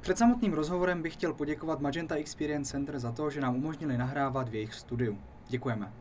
Před samotným rozhovorem bych chtěl poděkovat Magenta Experience Center za to, že nám umožnili nahrávat v jejich studiu. Děkujeme.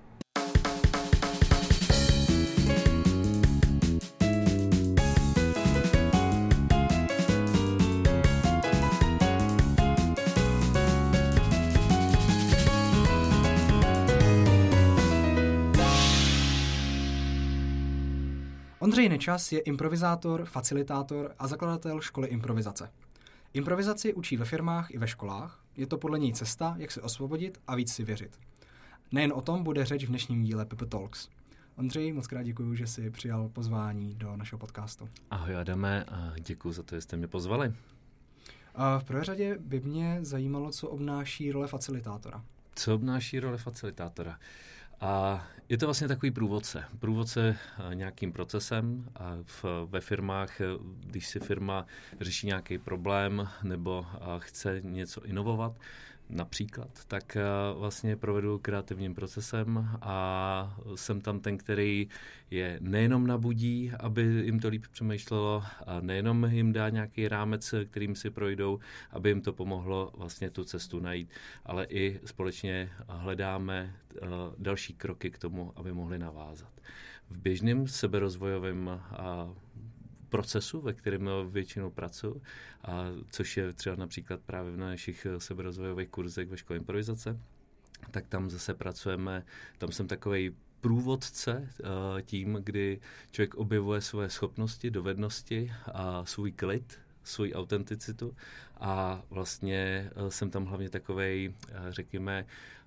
Ondřej Nečas je improvizátor, facilitátor a zakladatel školy improvizace. Improvizaci učí ve firmách i ve školách. Je to podle něj cesta, jak se osvobodit a víc si věřit. Nejen o tom bude řeč v dnešním díle Pepe Talks. Ondřej, moc krát děkuju, že jsi přijal pozvání do našeho podcastu. Ahoj Adame a děkuju za to, že jste mě pozvali. V prvé řadě by mě zajímalo, co obnáší role facilitátora. Co obnáší role facilitátora? A je to vlastně takový průvodce nějakým procesem a ve firmách, když si firma řeší nějaký problém nebo chce něco inovovat, například, tak vlastně provedu kreativním procesem a jsem tam ten, který je nejenom nabudí, aby jim to líp přemýšlelo, a nejenom jim dá nějaký rámec, kterým si projdou, aby jim to pomohlo vlastně tu cestu najít, ale i společně hledáme další kroky k tomu, aby mohli navázat. V běžném seberozvojovém procesu, ve kterém většinou pracuji, což je třeba například právě v našich seberozvojových kurzech ve škole improvizace, tak tam zase pracujeme, tam jsem takovej průvodce tím, kdy člověk objevuje svoje schopnosti, dovednosti a svůj klid, svoji autenticitu a vlastně jsem tam hlavně takovej, řekněme,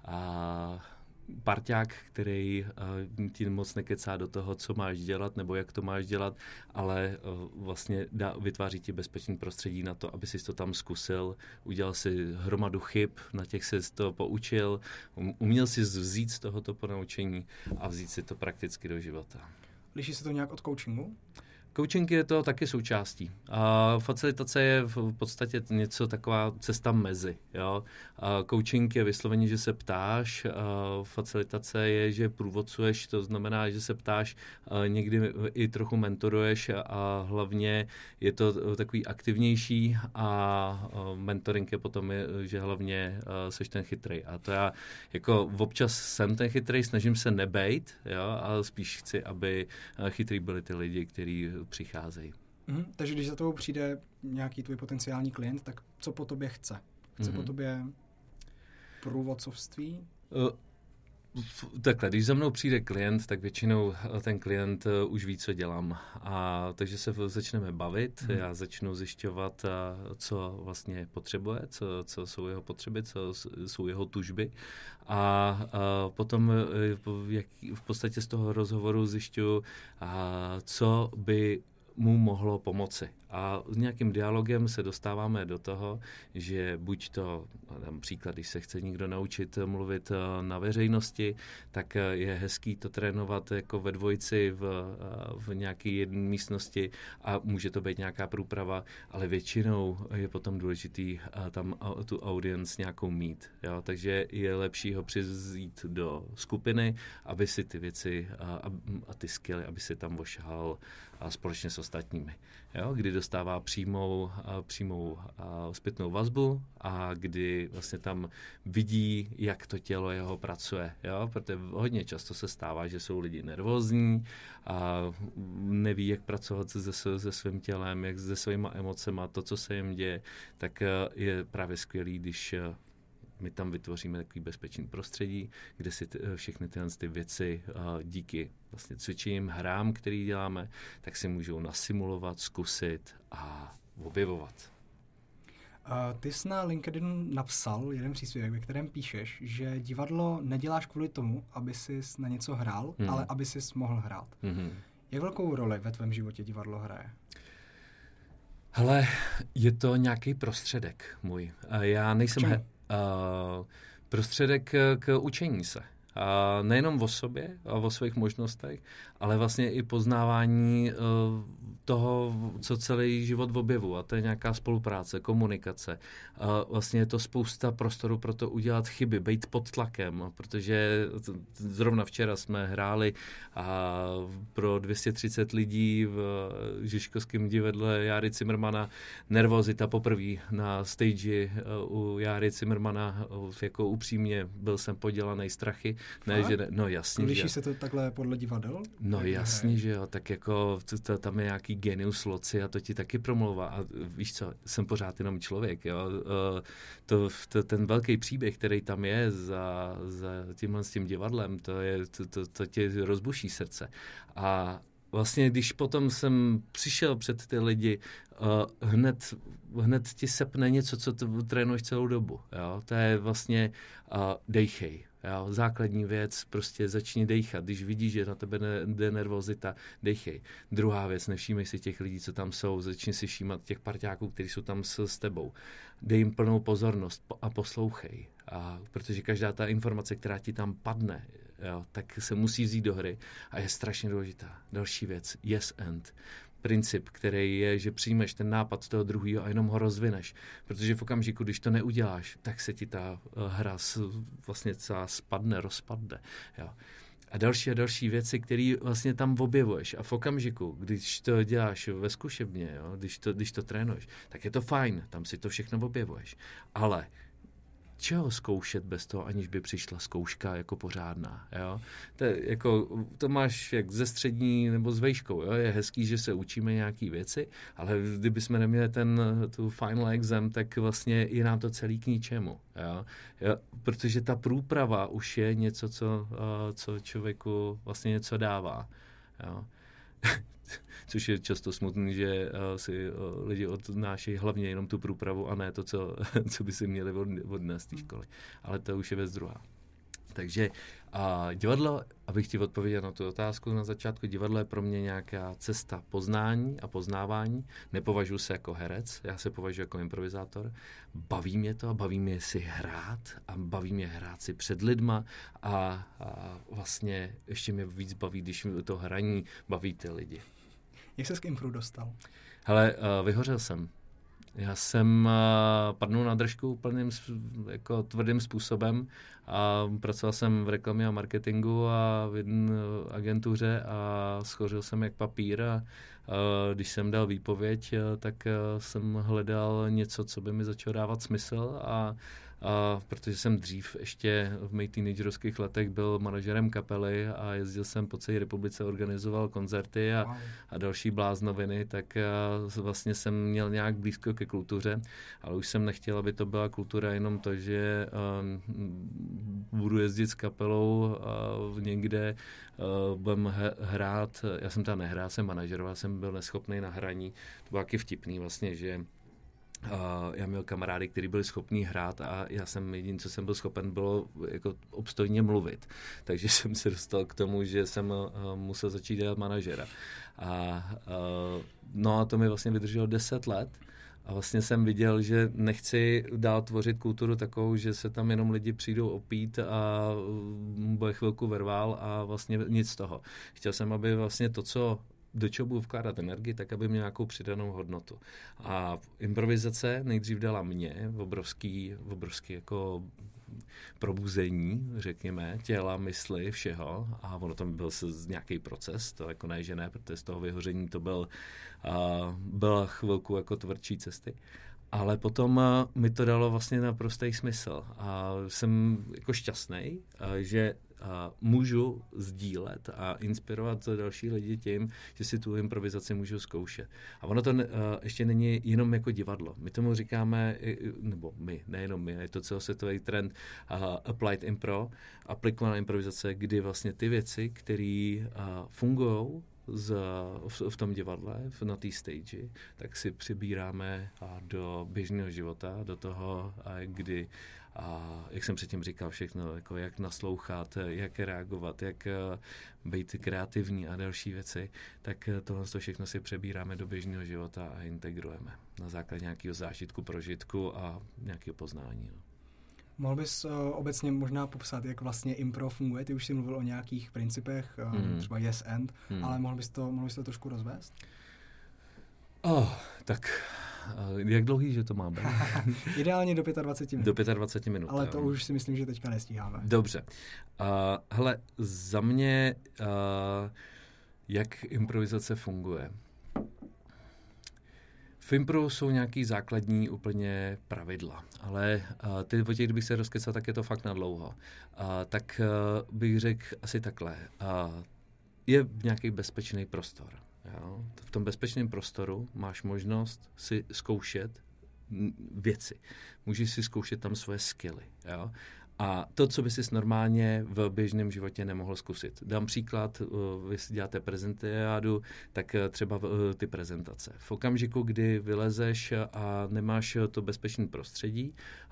parťák, který ti moc nekecá do toho, co máš dělat nebo jak to máš dělat, ale vlastně vytváří ti bezpečný prostředí na to, aby si to tam zkusil, udělal si hromadu chyb, na těch si to poučil, uměl si vzít z tohoto ponaučení a vzít si to prakticky do života. Liší se to nějak od coachingu? Coaching je to taky součástí. A facilitace je v podstatě něco taková cesta mezi. Jo? A coaching je vysloveně, že se ptáš, facilitace je, že průvodcuješ, to znamená, že se ptáš, někdy i trochu mentoruješ a hlavně je to takový aktivnější a mentoring je potom, že hlavně seš ten chytrej. A to já jako občas jsem ten chytrej, snažím se nebejt, jo? Ale spíš chci, aby chytrý byli ty lidi, kteří přicházejí. Takže když za tebou přijde nějaký tvůj potenciální klient, tak co po tobě chce? Chce po tobě průvodcovství? Takhle, když za mnou přijde klient, tak většinou ten klient už ví, co dělám. A takže se začneme bavit, já začnu zjišťovat, co vlastně potřebuje, co jsou jeho potřeby, co jsou jeho tužby. A potom v podstatě z toho rozhovoru zjišťuju, co by mu mohlo pomoci. A s nějakým dialogem se dostáváme do toho, že buď to, například, když se chce někdo naučit mluvit na veřejnosti, tak je hezký to trénovat jako ve dvojici v nějaké jedné místnosti a může to být nějaká průprava, ale většinou je potom důležitý tam tu audience nějakou mít. Jo? Takže je lepší ho přizít do skupiny, aby si ty věci a ty skilly, aby si tam vošahal společně s ostatními. Jo? Kdy dostává přímou zpětnou vazbu a kdy vlastně tam vidí, jak to tělo jeho pracuje. Jo? Protože hodně často se stává, že jsou lidi nervózní a neví, jak pracovat se svým tělem, jak se svýma emocema, to, co se jim děje, tak je právě skvělý, když my tam vytvoříme takový bezpečný prostředí, kde si všechny ty věci díky vlastně cvičením, hrám, který děláme, tak si můžou nasimulovat, zkusit a objevovat. Ty jsi na LinkedInu napsal jeden příspěvek, ve kterém píšeš, že divadlo neděláš kvůli tomu, aby jsi na něco hrál, ale aby jsi mohl hrát. Jak velkou roli ve tvém životě divadlo hraje? Hele, je to nějaký prostředek můj. Já nejsem prostředek k učení se. A nejenom o sobě a o svých možnostech, ale vlastně i poznávání toho, co celý život objevu. A to je nějaká spolupráce, komunikace. A vlastně je to spousta prostoru pro to udělat chyby, být pod tlakem, protože zrovna včera jsme hráli pro 230 lidí v Žižkovském divadle Járy Cimrmana nervozita poprvé na stage u Járy Cimrmana, jako upřímně byl jsem podělaný strachy. Ne, že ne, no jasně. Liší se to takhle podle divadel? No jasně, že jo, tak jako tam je nějaký genius loci a to ti taky promlouvá. A víš co, jsem pořád jenom člověk, jo. Ten velký příběh, který tam je za tímhle s tím divadlem, to ti rozbuší srdce. A vlastně, když potom jsem přišel před ty lidi, hned ti sepne něco, co trénuješ celou dobu. Jo? To je vlastně dejchej. Jo? Základní věc, prostě začni dejchat. Když vidíš, že na tebe jde nervozita, dejchej. Druhá věc, nevšímej si těch lidí, co tam jsou, začni si všímat těch parťáků, kteří jsou tam s tebou. Dej jim plnou pozornost a poslouchej. Protože každá ta informace, která ti tam padne, jo, tak se musí vzít do hry a je strašně důležitá. Další věc, yes and. Princip, který je, že přijmeš ten nápad toho druhého a jenom ho rozvineš. Protože v okamžiku, když to neuděláš, tak se ti ta hra vlastně celá spadne, rozpadne. Jo. A další věci, které vlastně tam objevuješ. A v okamžiku, když to děláš ve zkušebně, jo, když to trénuješ, tak je to fajn, tam si to všechno objevuješ. Ale čeho zkoušet bez toho, aniž by přišla zkouška jako pořádná, jo? To máš jak ze střední nebo s vejškou, jo? Je hezký, že se učíme nějaký věci, ale kdyby jsme neměli tu final exam, tak vlastně je nám to celý k ničemu, jo? Protože ta průprava už je něco, co člověku vlastně něco dává, jo? Což je často smutný, že si lidi odnášejí hlavně jenom tu průpravu a ne to, co by si měli odnést z té školy. Ale to už je věc druhá. Takže divadlo, abych ti odpověděl na tu otázku na začátku, divadlo je pro mě nějaká cesta poznání a poznávání. Nepovažuji se jako herec, já se považuji jako improvizátor. Baví mě to, baví mě si hrát a baví mě hrát si před lidma a vlastně ještě mě víc baví, když to hraní baví ty lidi. Jak ses k impru dostal? Hele, vyhořel jsem. Já jsem padnul na držku úplným jako tvrdým způsobem a pracoval jsem v reklamě a marketingu a v jedné agentuře a schořil jsem jak papír a když jsem dal výpověď, tak jsem hledal něco, co by mi začalo dávat smysl a protože jsem dřív ještě v mých teenagerovských letech byl manažerem kapely a jezdil jsem po celé republice, organizoval koncerty a další bláznoviny, tak vlastně jsem měl nějak blízko ke kultuře, ale už jsem nechtěl, aby to byla kultura jenom to, že budu jezdit s kapelou někde, budem hrát, já jsem tam nehrál, jsem manažeroval, jsem byl neschopný na hraní, to bylo taky vtipný vlastně, že já měl kamarády, kteří byli schopní hrát a já jsem jediný, co jsem byl schopen, bylo jako obstojně mluvit. Takže jsem se dostal k tomu, že jsem musel začít dělat manažera. No a to mi vlastně vydrželo 10 let. A vlastně jsem viděl, že nechci dál tvořit kulturu takovou, že se tam jenom lidi přijdou opít a bude chvilku vervál a vlastně nic z toho. Chtěl jsem, aby vlastně to, do čeho budu vkládat energii, tak aby měl nějakou přidanou hodnotu. A improvizace nejdřív dala mě obrovský jako probuzení, řekněme, těla, mysli, všeho. A ono tam byl nějaký proces, to jako ne, že ne, protože z toho vyhoření to byla chvilku jako tvrdší cesty. Ale potom mi to dalo vlastně naprostý smysl. A jsem jako šťastný, že můžu sdílet a inspirovat další lidi tím, že si tu improvizaci můžu zkoušet. A ono to ještě není jenom jako divadlo. My tomu říkáme, nebo nejenom my, je to celosvětový trend applied impro, aplikovaná improvizace, kdy vlastně ty věci, které fungují v tom divadle, na té stage, tak si přibíráme do běžného života, do toho, kdy, jak jsem předtím říkal, všechno, jako jak naslouchat, jak reagovat, jak být kreativní a další věci, tak tohle všechno si přebíráme do běžného života a integrujeme na základě nějakého zážitku, prožitku a nějakého poznání. No. Mohl bys obecně možná popsat, jak vlastně impro funguje? Ty už jsi mluvil o nějakých principech, třeba yes and, ale mohl bys to trošku rozvést? Tak jak dlouhý, že to má být? Ideálně do 25 minut. Do 25 minut. Ale to už si myslím, že teďka nestíháme. Dobře. Hele, za mě, jak improvizace funguje. V impro jsou nějaký základní úplně pravidla, ale o těch, kdybych se rozkecal, tak je to fakt na dlouho. Tak bych řekl asi takhle. Je nějaký bezpečný prostor. Jo? V tom bezpečném prostoru máš možnost si zkoušet věci. Můžeš si zkoušet tam svoje skilly. Jo? A to, co by si normálně v běžném životě nemohl zkusit. Dám příklad, vy si děláte prezentiádu, tak třeba ty prezentace. V okamžiku, kdy vylezeš a nemáš to bezpečné prostředí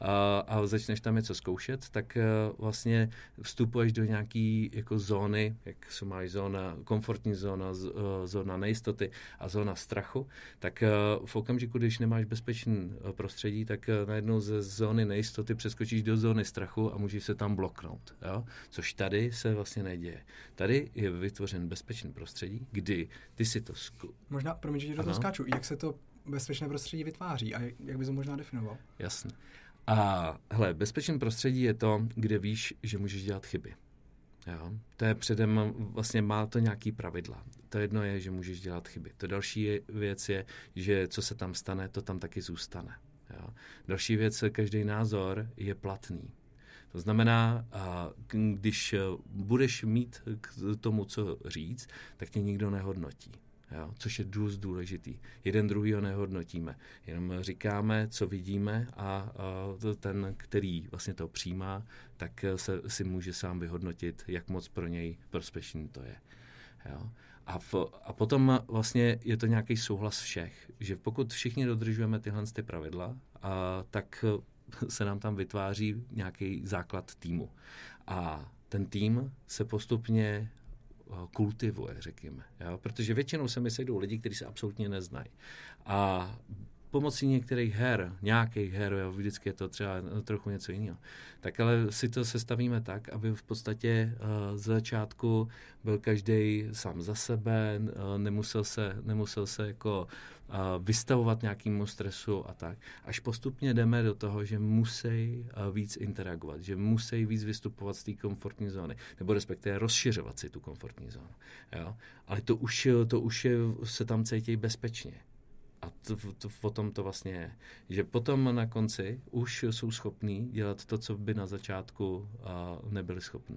a začneš tam něco zkoušet, tak vlastně vstupuješ do nějaký jako zóny, jak se máš zóna, komfortní zóna, zóna nejistoty a zóna strachu, tak v okamžiku, když nemáš bezpečné prostředí, tak najednou ze zóny nejistoty přeskočíš do zóny strachu a můžeš se tam bloknout. Jo? Což tady se vlastně neděje. Tady je vytvořen bezpečný prostředí, kdy ty si to... Možná, promiň, že do toho skáču, jak se to bezpečné prostředí vytváří a jak bys to možná definoval? Jasně. A hele, bezpečné prostředí je to, kde víš, že můžeš dělat chyby. Jo? To je předem, vlastně má to nějaký pravidla. To jedno je, že můžeš dělat chyby. To další věc je, že co se tam stane, to tam taky zůstane. Jo? Další věc, každý názor je platný. To znamená, když budeš mít k tomu, co říct, tak tě nikdo nehodnotí. Jo? Což je dost důležitý. Jeden druhýho nehodnotíme. Jenom říkáme, co vidíme a ten, který vlastně to přijímá, tak si může sám vyhodnotit, jak moc pro něj prospěšný to je. Jo? A potom vlastně je to nějaký souhlas všech, že pokud všichni dodržujeme tyhle pravidla, tak se nám tam vytváří nějaký základ týmu. A ten tým se postupně kultivuje, řekněme. Jo? Protože většinou se mi sejdou lidi, kteří se absolutně neznají. A pomocí některých nějakých her, jo, vždycky je to třeba trochu něco jiného, tak ale si to sestavíme tak, aby v podstatě z začátku byl každý sám za sebe, nemusel se jako vystavovat nějakému stresu a tak. Až postupně jdeme do toho, že musí víc interagovat, že musí víc vystupovat z té komfortní zóny, nebo respektive rozšiřovat si tu komfortní zónu. Jo? Ale to už se tam cítí bezpečně. A potom to vlastně je. Že potom na konci už jsou schopní dělat to, co by na začátku nebyli schopni.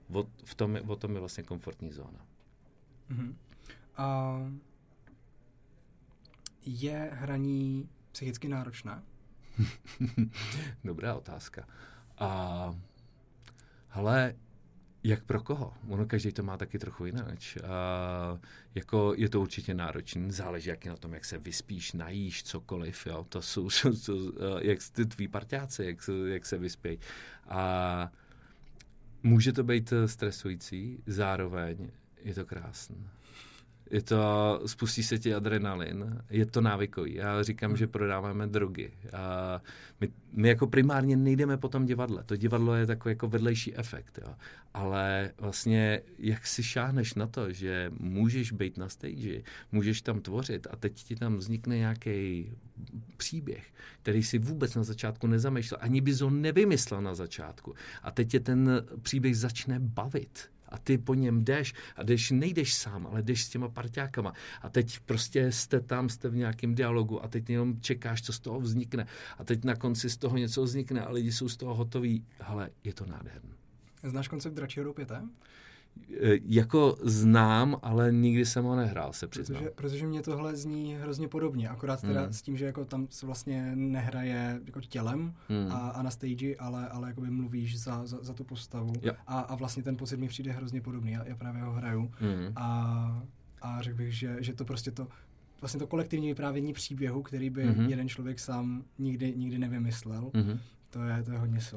O tom je vlastně komfortní zóna. Mm-hmm. Je hraní psychicky náročné? Dobrá otázka. Hele, jak pro koho? Ono každý to má taky trochu jinak. Jako je to určitě náročný, záleží jak na tom, jak se vyspíš, najíš, cokoliv. Jo? To jsou jak ty tví parťáci, jak se vyspějí. A může to být stresující, zároveň je to krásné. Spustí se ti adrenalin, je to návykový. Já říkám, že prodáváme drogy. A my jako primárně nejdeme po tom divadle. To divadlo je takový jako vedlejší efekt. Jo. Ale vlastně, jak si šáhneš na to, že můžeš být na stage, můžeš tam tvořit a teď ti tam vznikne nějaký příběh, který si vůbec na začátku nezamýšlel, ani bys ho nevymyslel na začátku. A teď tě ten příběh začne bavit. A ty po něm jdeš a nejdeš sám, ale jdeš s těma parťákama. A teď prostě jste v nějakém dialogu a teď jenom čekáš, co z toho vznikne. A teď na konci z toho něco vznikne a lidi jsou z toho hotoví. Ale je to nádherný. Znáš koncept dračího doupěte? Jako znám, ale nikdy jsem ho nehrál, se přiznám. Protože mě tohle zní hrozně podobně, akorát teda s tím, že jako tam se vlastně nehraje jako tělem a na stage, ale jakoby mluvíš za tu postavu a vlastně ten pocit mi přijde hrozně podobný, já právě ho hraju a řekl bych, že to prostě vlastně to kolektivní vyprávění příběhu, který by jeden člověk sám nikdy nevymyslel, to je hodně silné.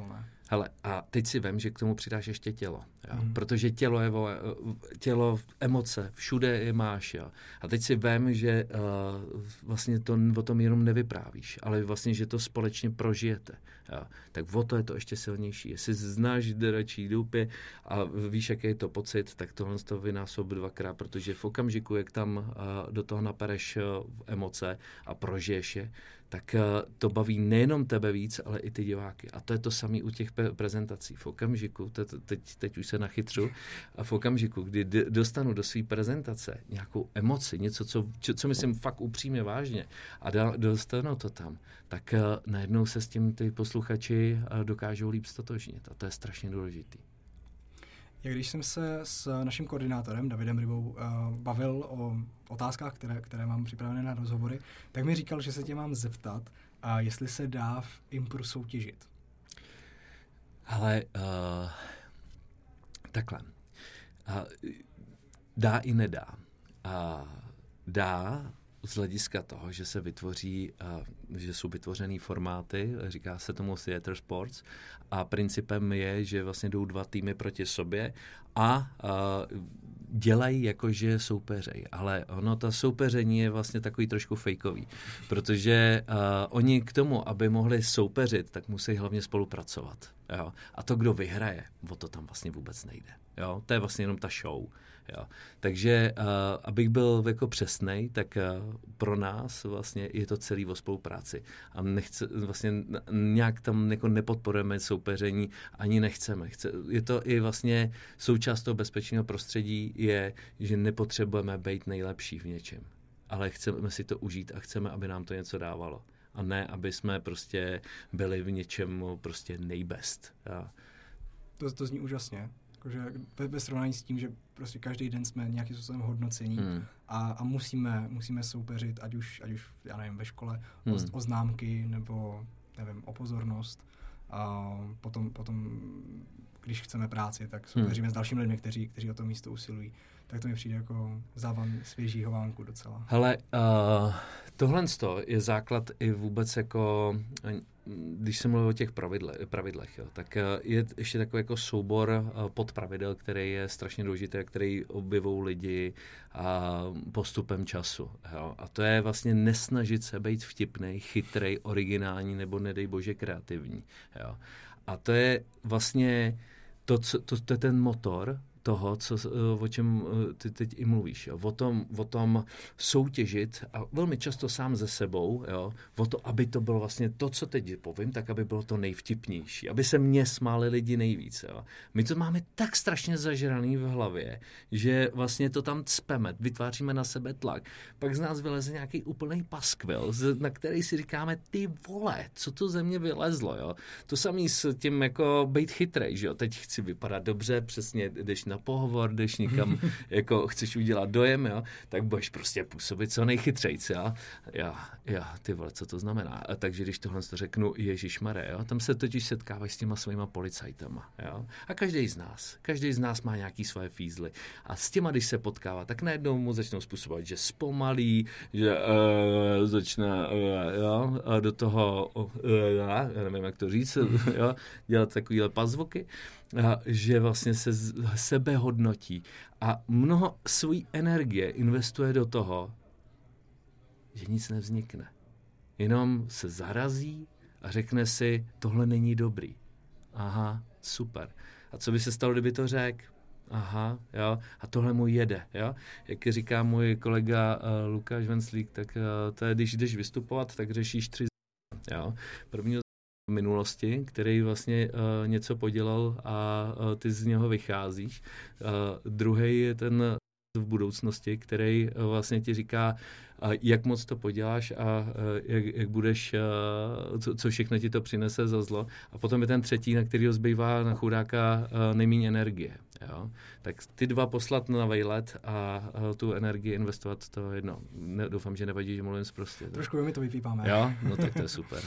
Hele, a teď si vem, že k tomu přidáš ještě tělo. Jo? Protože tělo, emoce, všude je máš. Jo? A teď si vem, že vlastně to o tom jenom nevyprávíš, ale vlastně, že to společně prožijete. Jo? Tak o to je to ještě silnější. Jestli znáš dračí doupě a víš, jaký je to pocit, tak tohle to vynásob dvakrát, protože v okamžiku, jak tam do toho napereš emoce a prožiješ je, tak to baví nejenom tebe víc, ale i ty diváky. A to je to samé u těch prezentací. V okamžiku, teď už se nachytřu, a v okamžiku, kdy dostanu do své prezentace nějakou emoci, něco, co myslím fakt upřímně vážně a dostanu to tam, tak najednou se s tím ty posluchači dokážou líp stotožnit. A to je strašně důležitý. Když jsem se s naším koordinátorem Davidem Rybou bavil o otázkách, které mám připravené na rozhovory, tak mi říkal, že se tě mám zeptat, jestli se dá v impru soutěžit. Ale takhle. Dá i nedá. Dá z hlediska toho, že se vytvoří, že jsou vytvořený formáty, říká se tomu theater sports, a principem je, že vlastně jdou dva týmy proti sobě a dělají jako, že soupeřej. Ale ono, ta soupeření je vlastně takový trošku fejkový, protože oni k tomu, aby mohli soupeřit, tak musí hlavně spolupracovat. Jo? A to, kdo vyhraje, o to tam vlastně vůbec nejde. Jo? To je vlastně jenom ta show. Jo. Takže abych byl jako přesnej, tak pro nás vlastně je to celý o spolupráci. A vlastně nějak tam jako nepodporujeme soupeření, ani nechceme. Je to i vlastně součást toho bezpečného prostředí je, že nepotřebujeme být nejlepší v něčem. Ale chceme si to užít a chceme, aby nám to něco dávalo. A ne, aby jsme prostě byli v něčem prostě nejbest. Jo. To zní úžasně. Že ve srovnání s tím, že prostě každý den jsme nějakým způsobem hodnocení a musíme soupeřit, ať už já nevím, ve škole o známky nebo nevím, o pozornost. A potom když chceme práci, tak soupeříme s dalšími lidmi, kteří o to místo usilují. Tak to mi přijde jako závan svěžího vánku docela. Hele, tohle je základ i vůbec jako, když se mluví o těch pravidlech, jo, tak je ještě takový jako soubor podpravidel, který je strašně důležitý, který objevují lidi postupem času. Jo. A to je vlastně nesnažit se být vtipnej, chytrej, originální nebo nedej bože kreativní. Jo. A to je vlastně to je ten motor toho, o čem ty teď i mluvíš. Jo. O tom soutěžit a velmi často sám ze sebou, jo, o to, aby to bylo vlastně to, co teď povím, tak aby bylo to nejvtipnější, aby se mě smáli lidi nejvíc. Jo. My to máme tak strašně zažraný v hlavě, že vlastně to tam cpeme, vytváříme na sebe tlak. Pak z nás vyleze nějaký úplný paskvil, na který si říkáme, ty vole, co to ze mě vylezlo. Jo. To samý s tím jako být chytrej, že jo. Teď chci vypadat dobře, přesně jdeš na pohovor, jdeš někam, jako chceš udělat dojem, jo, tak budeš prostě působit co nejchytřejc, jo. Já, ty vole, co to znamená? A takže když tohle řeknu, ježišmaré, jo, tam se totiž setkávají s těma svýma policajtama, jo. A každý z nás má nějaký svoje fízly. A s těma, když se potkává, tak najednou mu začnou způsobovat, že zpomalí, že začne, jo, a do toho, já nevím, jak to říct, jo, dělat takovýhle pazvuky, že vlastně se sebehodnotí a mnoho svojí energie investuje do toho, že nic nevznikne. Jenom se zarazí a řekne si, tohle není dobrý. Aha, super. A co by se stalo, kdyby to řekl? Aha, jo, a tohle mu jede, jo. Jak říká můj kolega Lukáš Venslík, tak to je, když jdeš vystupovat, tak řešíš 3 jo. První v minulosti, který vlastně něco podělal a ty z něho vycházíš. Druhý je ten v budoucnosti, který vlastně ti říká, jak moc to poděláš a jak budeš, co všechno ti to přinese za zlo. A potom je ten třetí, na kterýho zbývá na chudáka nejméně energie. Jo? Tak ty dva poslat na vejlet a tu energii investovat, to jedno. Doufám, že nevadí, že mluvím zprostě. Trošku my to vypípáme. Jo? No tak to je super.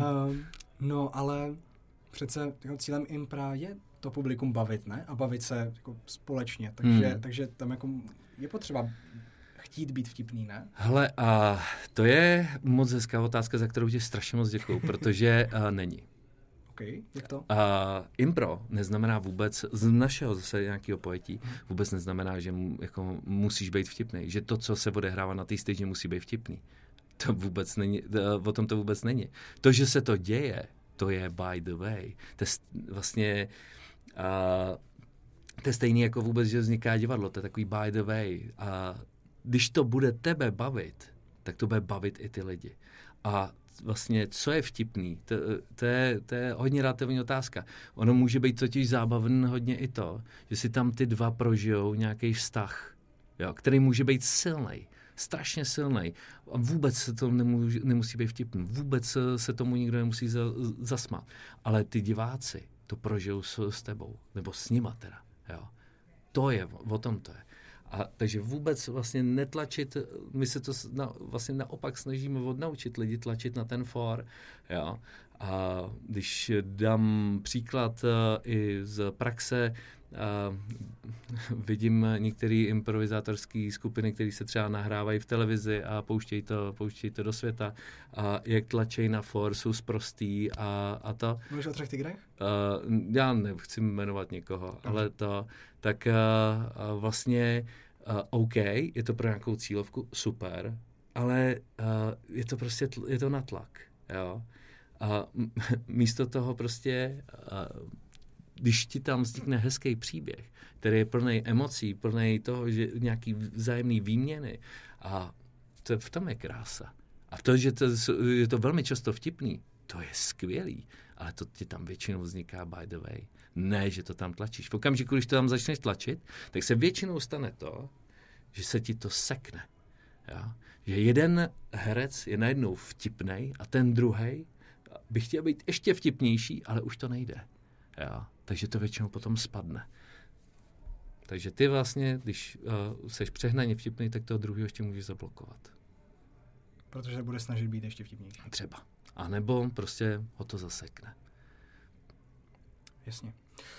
No, ale přece cílem impra je to publikum bavit, ne? A bavit se jako společně. Takže tam jako je potřeba chtít být vtipný, ne? Hele, a to je moc hezká otázka, za kterou ti strašně moc děkuju, protože není. Okay, jak to? Impro neznamená vůbec, z našeho zase nějakého pojetí, vůbec neznamená, že jako musíš být vtipný, že to, co se odehrává na té stage, musí být vtipný. To vůbec není, o tom to vůbec není. To, že se to děje, to je by the way. To je vlastně, to je stejný jako vůbec, že vzniká divadlo, to je takový by the way. A když to bude tebe bavit, tak to bude bavit i ty lidi. A vlastně, co je vtipný, to je hodně relativní otázka. Ono může být totiž zábavný hodně i to, že si tam ty dva prožijou nějaký vztah, jo, který může být silnej, strašně silnej. A vůbec se to nemusí být vtipný, vůbec se tomu nikdo nemusí zasmát. Ale ty diváci to prožijou s tebou, nebo s nima teda. Jo. To je, o tom to je. A takže vůbec vlastně netlačit, my se to vlastně naopak snažíme odnaučit lidi tlačit na ten for, jo. A když dám příklad i z praxe, vidím některé improvizátorské skupiny, které se třeba nahrávají v televizi a pouštějí to do světa, a jak tlačí na for, jsou sprostý a to. Mluvíš o 3 tygrech? Já nechci jmenovat někoho, ale to, tak vlastně OK, je to pro nějakou cílovku, super, ale je to prostě, je to natlak, jo. A místo toho prostě, když ti tam vznikne hezký příběh, který je plný emocí, plný toho, že nějaký vzájemný výměny, a to, v tom je krása. A to, že je to velmi často vtipný, to je skvělý, ale to ti tam většinou vzniká by the way. Ne, že to tam tlačíš. V okamžiku, když to tam začneš tlačit, tak se většinou stane to, že se ti to sekne. Jo? Že jeden herec je najednou vtipnej a ten druhej by chtěl být ještě vtipnější, ale už to nejde. Jo? Takže to většinou potom spadne. Takže ty vlastně, když seš přehnaně vtipnej, tak toho druhého ještě můžeš zablokovat. Protože bude snažit být ještě vtipnější. Třeba. A nebo prostě ho to zasekne. Jasně.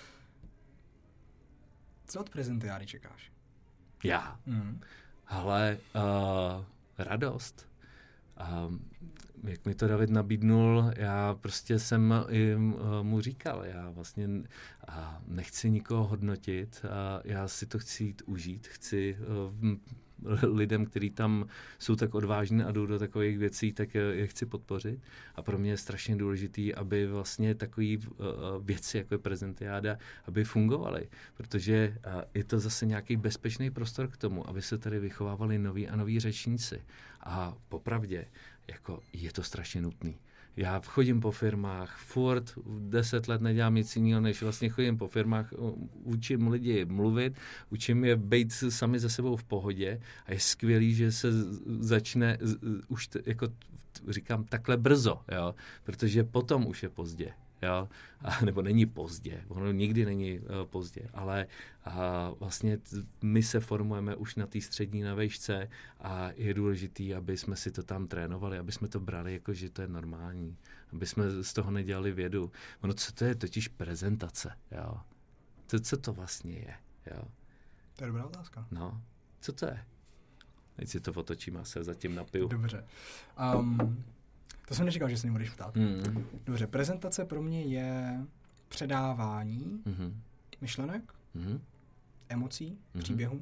Co od prezentiády čekáš? Já? Ale radost. Jak mi to David nabídnul, já prostě jsem mu říkal, já vlastně nechci nikoho hodnotit, já si to chci jít užít, chci lidem, kteří tam jsou tak odvážní a jdou do takových věcí, tak je chci podpořit. A pro mě je strašně důležitý, aby vlastně takové věci, jako je prezentiáda, aby fungovaly. Protože je to zase nějaký bezpečný prostor k tomu, aby se tady vychovávali noví a noví řečníci. A popravdě, jako je to strašně nutný. Já chodím po firmách, furt 10 let nedělám nic jiného, než vlastně chodím po firmách, učím lidi mluvit, učím je být sami ze sebou v pohodě a je skvělý, že se začne už jako říkám takhle brzo, jo, protože potom už je pozdě. Jo? Nebo není pozdě, ono nikdy není pozdě, ale vlastně my se formujeme už na té střední na vejšce a je důležitý, aby jsme si to tam trénovali, aby jsme to brali jako, že to je normální, aby jsme z toho nedělali vědu. Ono, co to je totiž prezentace, jo? Co to vlastně je, jo? To je dobrá otázka. No, co to je? Teď si to otočím a se zatím napiju. Dobře. To jsem nečekal, že se mě budeš ptát. Dobře, prezentace pro mě je předávání myšlenek, emocí, příběhů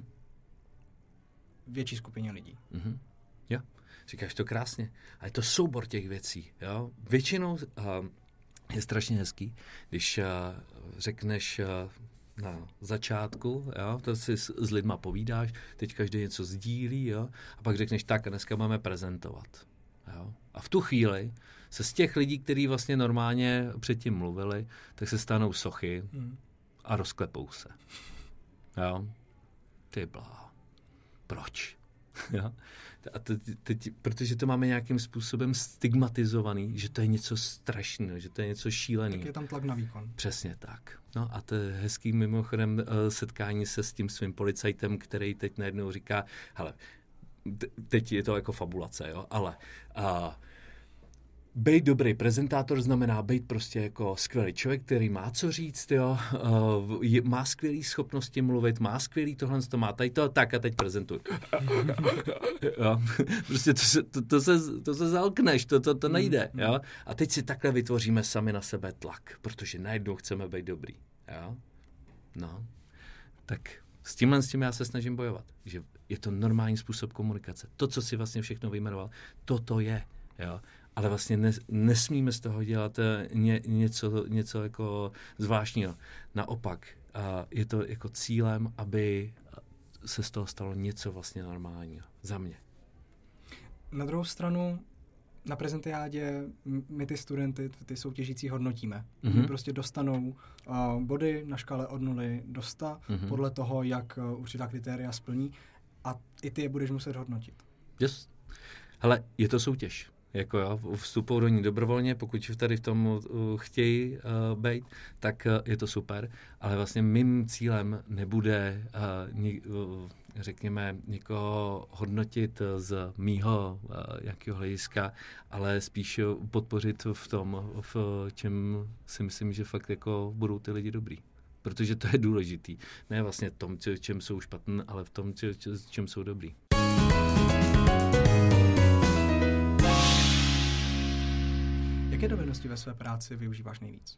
větší skupině lidí. Jo, říkáš to krásně. A je to soubor těch věcí. Jo? Většinou je strašně hezký, když řekneš na začátku, jo, to si s lidma povídáš, teď každý něco sdílí, jo, a pak řekneš tak, a dneska máme prezentovat. Jo. A v tu chvíli se z těch lidí, kteří vlastně normálně předtím mluvili, tak se stanou sochy a rozklepou se. Jo. Ty bláho. Proč? Jo. A teď, protože to máme nějakým způsobem stigmatizovaný, že to je něco strašného, že to je něco šíleného. Tak je tam tlak na výkon. Přesně tak. No a to je hezký mimochodem setkání se s tím svým policajtem, který teď najednou říká, hele, teď je to jako fabulace, jo, ale Být dobrý prezentátor znamená být prostě jako skvělý člověk, který má co říct, jo, má skvělý schopnosti mluvit, má skvělý tohle, to má tady to, tak a teď prezentuj. Jo. Prostě to se zalkneš, to nejde, jo. A teď si takhle vytvoříme sami na sebe tlak, protože najednou chceme být dobrý, jo. No, tak s tím já se snažím bojovat, že je to normální způsob komunikace. To, co si vlastně všechno vyjmenoval, to je, jo. Ale vlastně nesmíme z toho dělat něco jako zvláštního. Naopak, je to jako cílem, aby se z toho stalo něco vlastně normálního. Za mě. Na druhou stranu, na prezentiádě my ty studenty, ty soutěžící hodnotíme. Oni prostě dostanou body na škále od 0 do 100 podle toho, jak určitá kritéria splní a i ty je budeš muset hodnotit. Yes. Hele, je to soutěž. Jako jo, vstupou do ní dobrovolně, pokud tady v tom chtějí být, tak je to super, ale vlastně mým cílem nebude, řekněme, někoho hodnotit z mýho jakého hlediska, ale spíš podpořit v tom, v čem si myslím, že fakt jako budou ty lidi dobrý. Protože to je důležitý. Ne vlastně v tom, čem jsou špatný, ale v tom, čem jsou dobrý. Jaké dovednosti ve své práci využíváš nejvíc?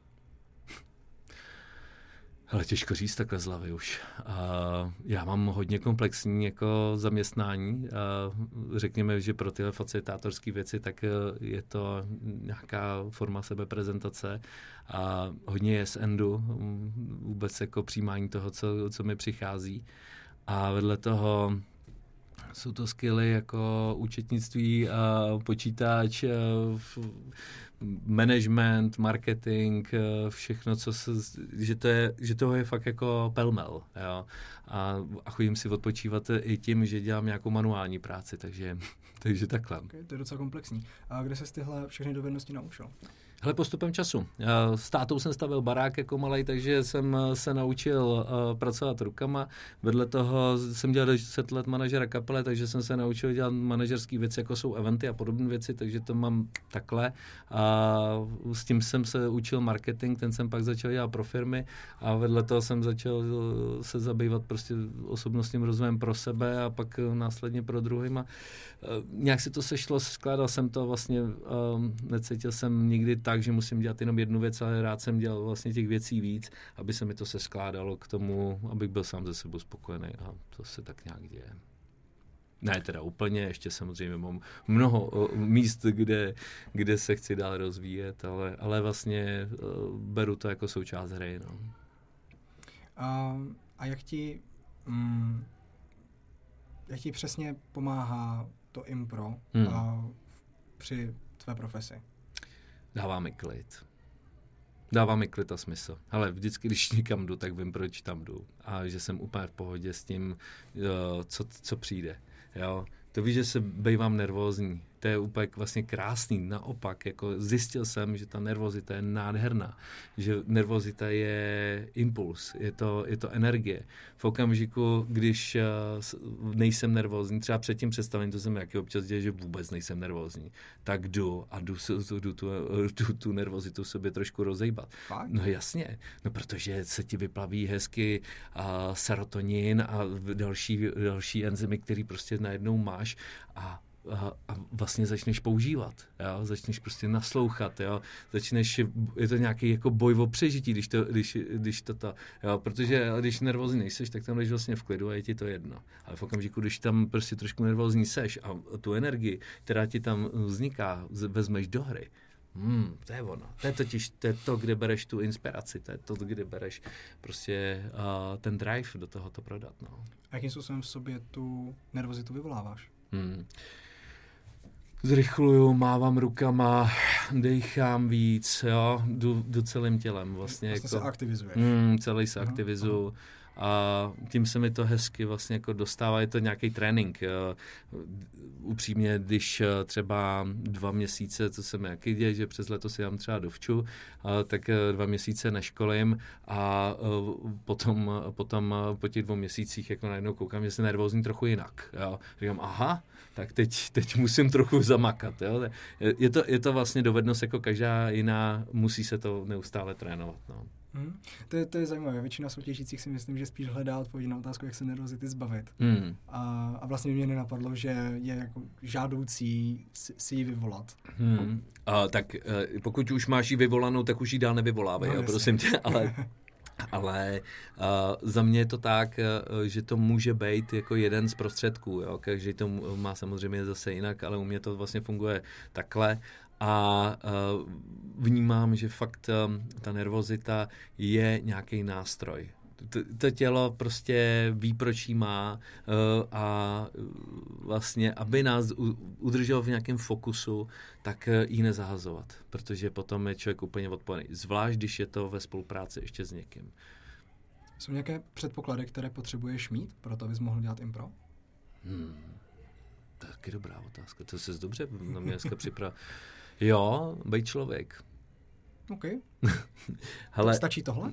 Ale těžko říct takhle z hlavy už. Já mám hodně komplexní jako zaměstnání. Řekněme, že pro tyhle facilitátorské věci tak je to nějaká forma sebeprezentace a hodně je z endu, vůbec jako přijímání toho, co mi přichází. A vedle toho jsou to skilly jako účetnictví, počítač, management, marketing, všechno, že toho je fakt jako pelmel. Jo? A chodím si odpočívat i tím, že dělám nějakou manuální práci, takže takhle. Okay, to je docela komplexní. A kde ses tyhle všechny dovednosti naučil? Hele, postupem času. S tátou jsem stavil barák jako malej, takže jsem se naučil pracovat rukama. Vedle toho jsem dělal 10 let manažera kapele, takže jsem se naučil dělat manažerské věci, jako jsou eventy a podobné věci, takže to mám takhle. A s tím jsem se učil marketing, ten jsem pak začal dělat pro firmy a vedle toho jsem začal se zabývat prostě osobnostním rozvojem pro sebe a pak následně pro druhýma. Nějak se to sešlo, skládal jsem to vlastně, necítil jsem nikdy tak, že musím dělat jenom jednu věc, ale rád jsem dělal vlastně těch věcí víc, aby se mi to skládalo k tomu, abych byl sám ze sebou spokojený a to se tak nějak děje. Ne teda úplně, ještě samozřejmě mám mnoho míst, kde se chci dál rozvíjet, ale vlastně beru to jako součást hry. No. A jak ti přesně pomáhá to impro při tvé profesi? Dává mi klid. Dává mi klid a smysl. Ale vždycky, když někam jdu, tak vím, proč tam jdu. A že jsem úplně v pohodě s tím, co přijde. Jo? To víš, že se bývám nervózní. To je úplně vlastně krásný. Naopak, jako zjistil jsem, že ta nervozita je nádherná. Že nervozita je impuls, je to energie. V okamžiku, když nejsem nervózní, třeba před tím představením, to jsem jaký občas děje, že vůbec nejsem nervózní, tak jdu tu nervozitu sobě trošku rozejbat. No jasně, no protože se ti vyplaví hezky serotonin a další enzymy, který prostě najednou máš a vlastně začneš používat, jo? Začneš prostě naslouchat, jo? Je to nějaký jako boj o přežití, když to, jo? Protože když nervózní nejseš, tak tam jdeš vlastně v klidu a je ti to jedno. Ale v okamžiku, když tam prostě trošku nervózní seš a tu energii, která ti tam vzniká, vezmeš do hry, to je ono. To je to, kde bereš tu inspiraci, to je to, kde bereš prostě ten drive do toho to prodat, no. A jakým způsobem v sobě tu nervozitu vyvoláváš? Zrychluju, mávám rukama, dechám víc, jo, jdu celým tělem. Vlastně jako, se aktivizuješ. Celý se aktivizuju. a tím se mi to hezky vlastně jako dostává, je to nějaký trénink. Upřímně, když třeba 2 měsíce, co jsem jaký děl, že přes leto si dám třeba dovču, tak 2 měsíce neškolím a potom po těch 2 měsících jako najednou koukám, že jsem nervózní trochu jinak. Jo. Říkám, aha, tak teď musím trochu zamakat. Jo. Je to vlastně dovednost jako každá jiná, musí se to neustále trénovat. No. To je zajímavé. Většina soutěžících si myslím, že spíš hledá odpověď na otázku, jak se nervozity zbavit. A vlastně mě nenapadlo, že je jako žádoucí si ji vyvolat. Tak pokud už máš ji vyvolanou, tak už ji dál nevyvolávej, no, prosím tě, ale za mě je to tak, že to může být jako jeden z prostředků. Jo? Každý to má samozřejmě zase jinak, ale u mě to vlastně funguje takhle. A vnímám, že fakt ta nervozita je nějaký nástroj. To tělo prostě ví, proč jí má a vlastně, aby nás udrželo v nějakém fokusu, tak ji nezahazovat, protože potom je člověk úplně odpojený. Zvlášť, když je to ve spolupráci ještě s někým. Jsou nějaké předpoklady, které potřebuješ mít pro to, abys mohl dělat impro? Taky dobrá otázka. To jsi dobře na mě dneska připravil. Jo, být člověk. OK. Hele, stačí tohle?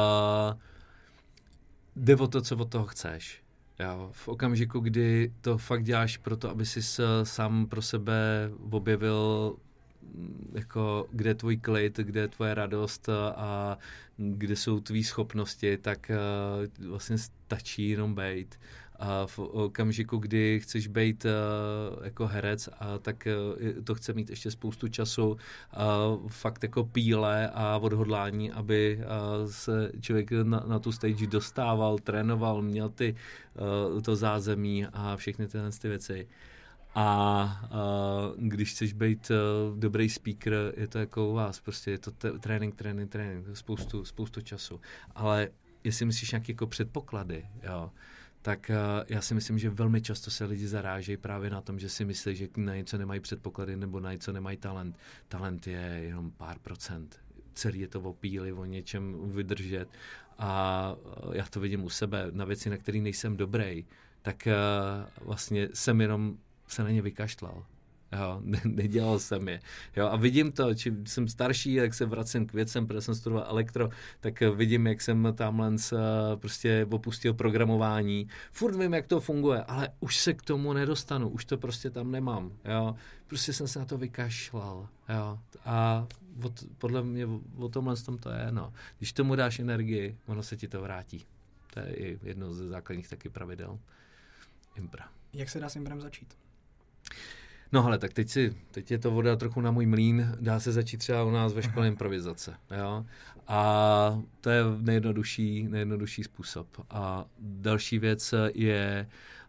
Jde o to, co od toho chceš. Jo, v okamžiku, kdy to fakt děláš proto, aby jsi sám pro sebe objevil, jako, kde je tvůj klid, kde je tvoje radost a kde jsou tvý schopnosti, tak vlastně stačí jenom bejt. A v okamžiku, kdy chceš být jako herec, tak to chce mít ještě spoustu času, fakt jako píle a odhodlání, aby se člověk na tu stage dostával, trénoval, měl to zázemí a všechny tyhle věci. A když chceš být dobrý speaker, je to jako u vás, prostě je to trénink, spoustu času. Ale jestli myslíš nějaké jako předpoklady, jo, tak já si myslím, že velmi často se lidi zarážejí právě na tom, že si myslí, že na něco nemají předpoklady nebo na něco nemají talent. Talent je jenom pár procent. Celý je to o píli, o něčem vydržet. A já to vidím u sebe na věci, na které nejsem dobrý, tak vlastně jsem jenom se na ně vykaštlal. Jo, nedělal jsem je. Jo, a vidím to, čím jsem starší, jak se vracím k věcem, protože jsem studoval elektro, tak vidím, jak jsem tamhle prostě opustil programování. Furt vím, jak to funguje, ale už se k tomu nedostanu, už to prostě tam nemám. Jo. Prostě jsem se na to vykašlal. Jo. A podle mě o tomhle tom to je. No. Když tomu dáš energii, ono se ti to vrátí. To je i jedno ze základních taky pravidel impra. Jak se dá s imprem začít? No hele, tak teď je to voda trochu na můj mlýn, dá se začít třeba u nás ve škole improvizace, jo? A to je nejjednodušší způsob. A další věc je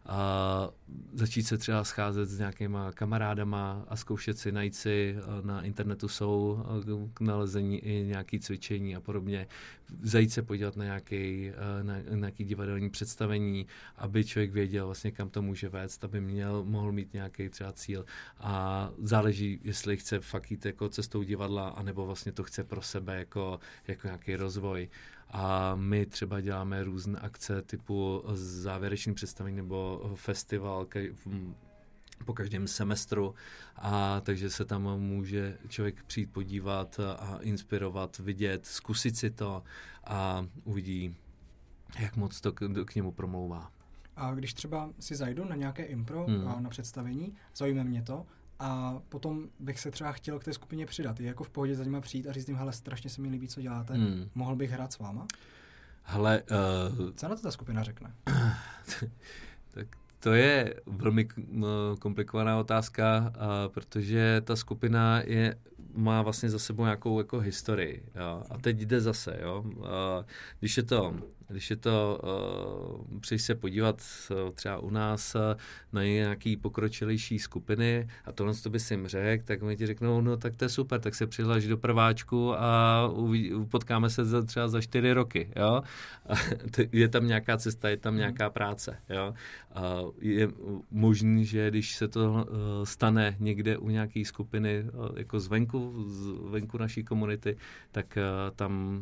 začít se třeba scházet s nějakýma kamarádama a zkoušet si, najít si, na internetu jsou k nalezení i nějaké cvičení a podobně. Zajít se podívat na nějaké divadelní představení, aby člověk věděl vlastně, kam to může vést, aby mohl mít nějaký třeba cíl. A záleží, jestli chce fakt jít jako cestou divadla, anebo vlastně to chce pro sebe jako nějaký rozvoj. A my třeba děláme různé akce typu závěrečný představení nebo festival po každém semestru, a takže se tam může člověk přijít podívat a inspirovat, vidět, zkusit si to a uvidí, jak moc to k němu promlouvá. A když třeba si zajdu na nějaké impro, na představení, zaujme mě to, a potom bych se třeba chtěl k té skupině přidat. Je jako v pohodě za nima přijít a říct jim, hele, strašně se mi líbí, co děláte. Mohl bych hrát s váma? Hele, co na to ta skupina řekne? Tak to je velmi komplikovaná otázka, protože ta skupina má vlastně za sebou nějakou jako historii. Jo? A teď jde zase. Jo? Když je to přijď se podívat třeba u nás na nějaký pokročilejší skupiny a tohle to by si jim řekl, tak oni ti řeknou, no tak to je super, tak se přihlaš do prváčku a potkáme se třeba za 4 roky. Jo? Je tam nějaká cesta, je tam nějaká práce. Jo? Je možný, že když se to stane někde u nějaké skupiny jako zvenku naší komunity, tak tam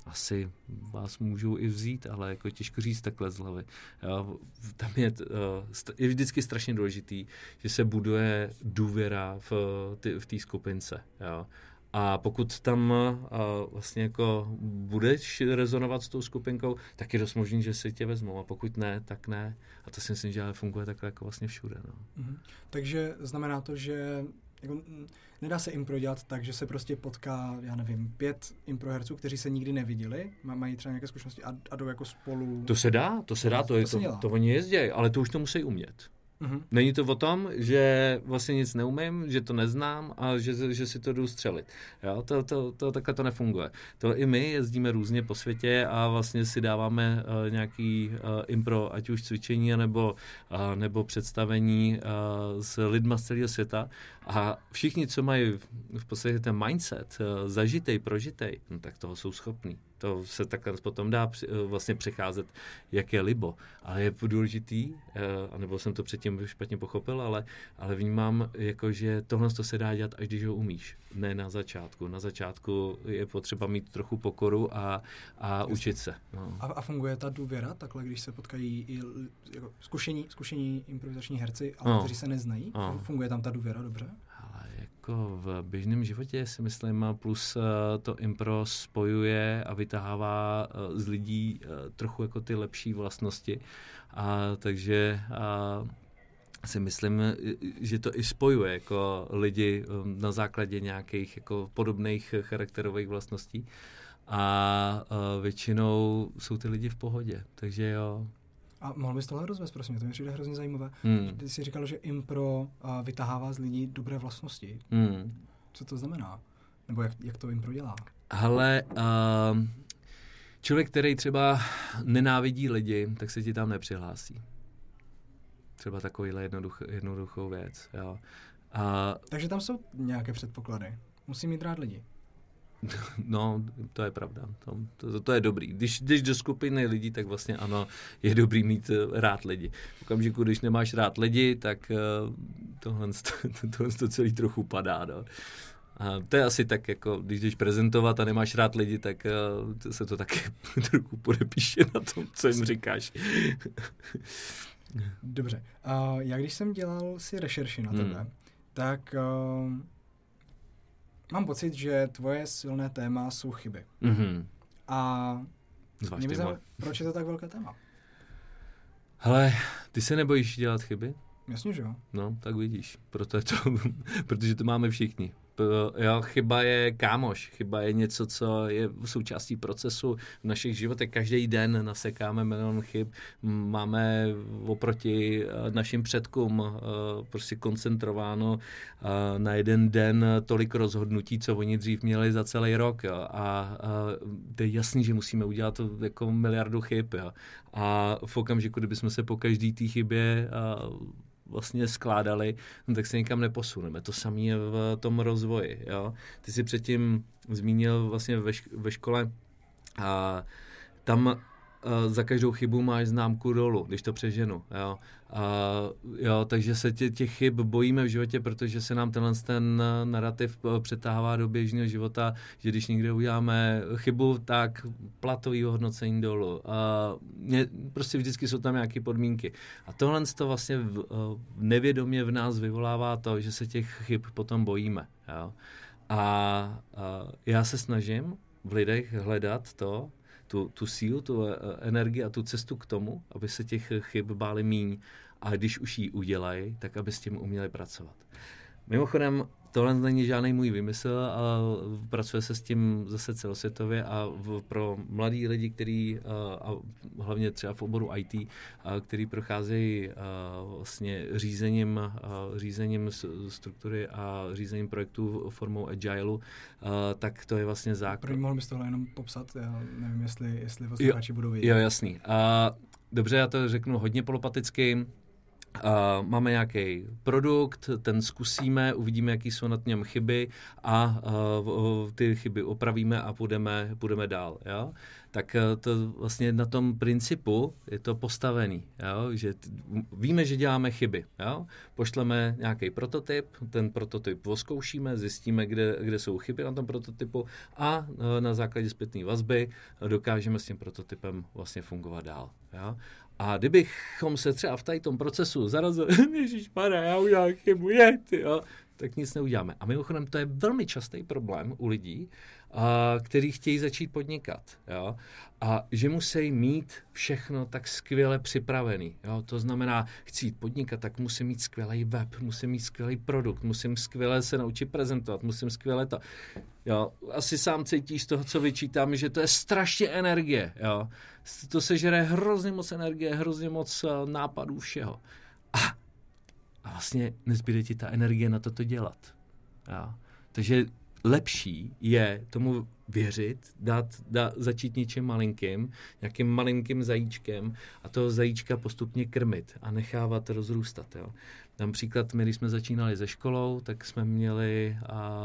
asi vás můžou i vzít, ale jako těžko říct takhle z hlavy. Jo, tam je vždycky strašně důležitý, že se buduje důvěra v té skupince. Jo. A pokud tam vlastně jako budeš rezonovat s tou skupinkou, tak je dost možný, že si tě vezmou. A pokud ne, tak ne. A to si myslím, že ale funguje takhle jako vlastně všude. No. Takže znamená to, že jako, nedá se impro dělat tak, že se prostě potká, já nevím, 5 improherců, kteří se nikdy neviděli, mají třeba nějaké zkušenosti a jdou jako spolu. To se dá, to oni jezdějí, ale to už to musí umět. Není to o tom, že vlastně nic neumím, že to neznám a že si to jdu střelit. Jo? Takhle to nefunguje. To i my jezdíme různě po světě a vlastně si dáváme nějaký impro, ať už cvičení, nebo představení s lidma z celého světa a všichni, co mají v podstatě ten mindset zažitej, prožitej, no, tak toho jsou schopní. To se takhle potom dá vlastně přecházet, jak je libo. Ale je důležitý, anebo jsem to předtím špatně pochopil, ale vnímám, jako, že tohle se dá dělat, až když ho umíš. Ne na začátku. Na začátku je potřeba mít trochu pokoru a učit se. No. A funguje ta důvěra takhle, když se potkají i jako zkušení improvizační herci, ale kteří se neznají? Funguje tam ta důvěra dobře? Ale jako v běžném životě si myslím, plus to impro spojuje a vytahává z lidí trochu jako ty lepší vlastnosti. Takže si myslím, že to i spojuje jako lidi na základě nějakých jako podobných charakterových vlastností. A většinou jsou ty lidi v pohodě, takže jo. A mohl bys tohle rozvést, prosím, to mi přijde hrozně zajímavé. Ty jsi říkal, že impro vytahává z lidí dobré vlastnosti. Co to znamená? Nebo jak to impro dělá? Hele, člověk, který třeba nenávidí lidi, tak se ti tam nepřihlásí. Třeba takovýhle jednoduchou věc. Jo. Takže tam jsou nějaké předpoklady. Musí mít rád lidi. No, to je pravda. To je dobrý. Když do skupiny lidí, tak vlastně ano, je dobrý mít rád lidi. V okamžiku, když nemáš rád lidi, tak tohle to celý trochu padá. No. A to je asi tak, jako když jdeš prezentovat a nemáš rád lidi, tak se to taky trochu podepíše na tom, co jim říkáš. Dobře. Já když jsem dělal si rešerši na tebe, tak mám pocit, že tvoje silné téma jsou chyby. A mě by zajímalo, proč je to tak velké téma? Hele, ty se nebojíš dělat chyby? Jasně, že jo. No, tak vidíš. Protože to máme všichni. Jo, chyba je kámoš, chyba je něco, co je součástí procesu v našich životech. Každý den nasekáme milion chyb, máme oproti našim předkům prostě koncentrováno na jeden den tolik rozhodnutí, co oni dřív měli za celý rok. Jo. A to je jasný, že musíme udělat to jako miliardu chyb. Jo. A v okamžiku, kdybychom se po každý té chybě vlastně skládali, no tak se nikam neposuneme. To samé je v tom rozvoji. Jo? Ty jsi předtím zmínil vlastně ve škole a tam za každou chybu máš známku dolů, když to přeženu. Jo, takže se těch chyb bojíme v životě, protože se nám ten narrativ přetahává do běžného života, že když někde uděláme chybu, tak platový hodnocení dolů. Prostě vždycky jsou tam nějaké podmínky. A tohle to vlastně nevědomě v nás vyvolává to, že se těch chyb potom bojíme. Jo? A já se snažím v lidech hledat tu sílu, tu energii a tu cestu k tomu, aby se těch chyb báli míň a když už ji udělají, tak aby s tím uměli pracovat. Mimochodem, tohle není žádný můj vymysl, ale pracuje se s tím zase celosvětově a pro mladí lidi, který a hlavně třeba v oboru IT, který procházejí vlastně řízením struktury a řízením projektů formou agileu, tak to je vlastně základ. Mohl bys tohle jenom popsat? Já nevím, jestli posluchači budou vědět. Jo, jasný. Dobře, já to řeknu hodně polopaticky. máme nějaký produkt, ten zkusíme, uvidíme, jaký jsou na něm chyby a ty chyby opravíme a půjdeme dál. Jo? Tak to vlastně na tom principu je to postavený, jo? Že víme, že děláme chyby. Jo? Pošleme nějaký prototyp, ten prototyp oskoušíme, zjistíme, kde jsou chyby na tom prototypu a na základě zpětné vazby dokážeme s tím prototypem vlastně fungovat dál. Jo? A kdybychom se třeba v tom procesu zarazili, ježišmarja, já udělám chybu, tak nic neuděláme. A mimochodem to je velmi častý problém u lidí, kteří chtějí začít podnikat. Jo? A že musí mít všechno tak skvěle připravený. Jo? To znamená, chci jít podnikat, tak musím mít skvělý web, musím mít skvělý produkt, musím skvěle se naučit prezentovat, musím skvěle to. Jo? Asi sám cítíš z toho, co vyčítám, že to je strašně energie. Jo? To se žere hrozně moc energie, hrozně moc nápadů všeho. A vlastně nezbyde ti ta energie na to dělat. Jo? Takže lepší je tomu věřit, začít něčím malinkým, nějakým malinkým zajíčkem a toho zajíčka postupně krmit a nechávat rozrůstat. Jo. Například my, když jsme začínali se školou, tak jsme měli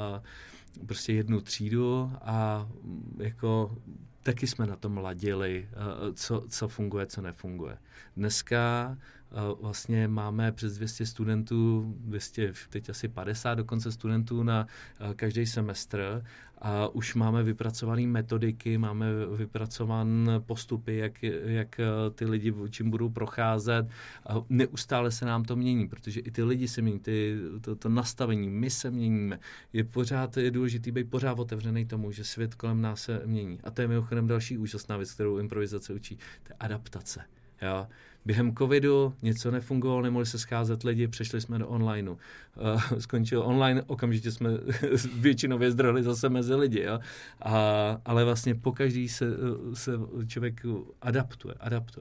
prostě jednu třídu a jako taky jsme na tom ladili, co funguje, co nefunguje. Dneska vlastně máme přes 200 studentů, teď asi 50 dokonce studentů na každý semestr a už máme vypracované metodiky, máme vypracované postupy, jak ty lidi čím budou procházet. A neustále se nám to mění, protože i ty lidi se mění, to nastavení, my se měníme. Je důležité být pořád otevřený tomu, že svět kolem nás se mění. A to je mimochodem další úžasná věc, kterou improvizace učí. To je adaptace. Jo? Během covidu něco nefungovalo, nemohli se scházet lidi, přešli jsme do onlineu. Skončil online, okamžitě jsme většinově zdrhli zase mezi lidi. Jo? Ale vlastně pokaždý se člověk adaptuje.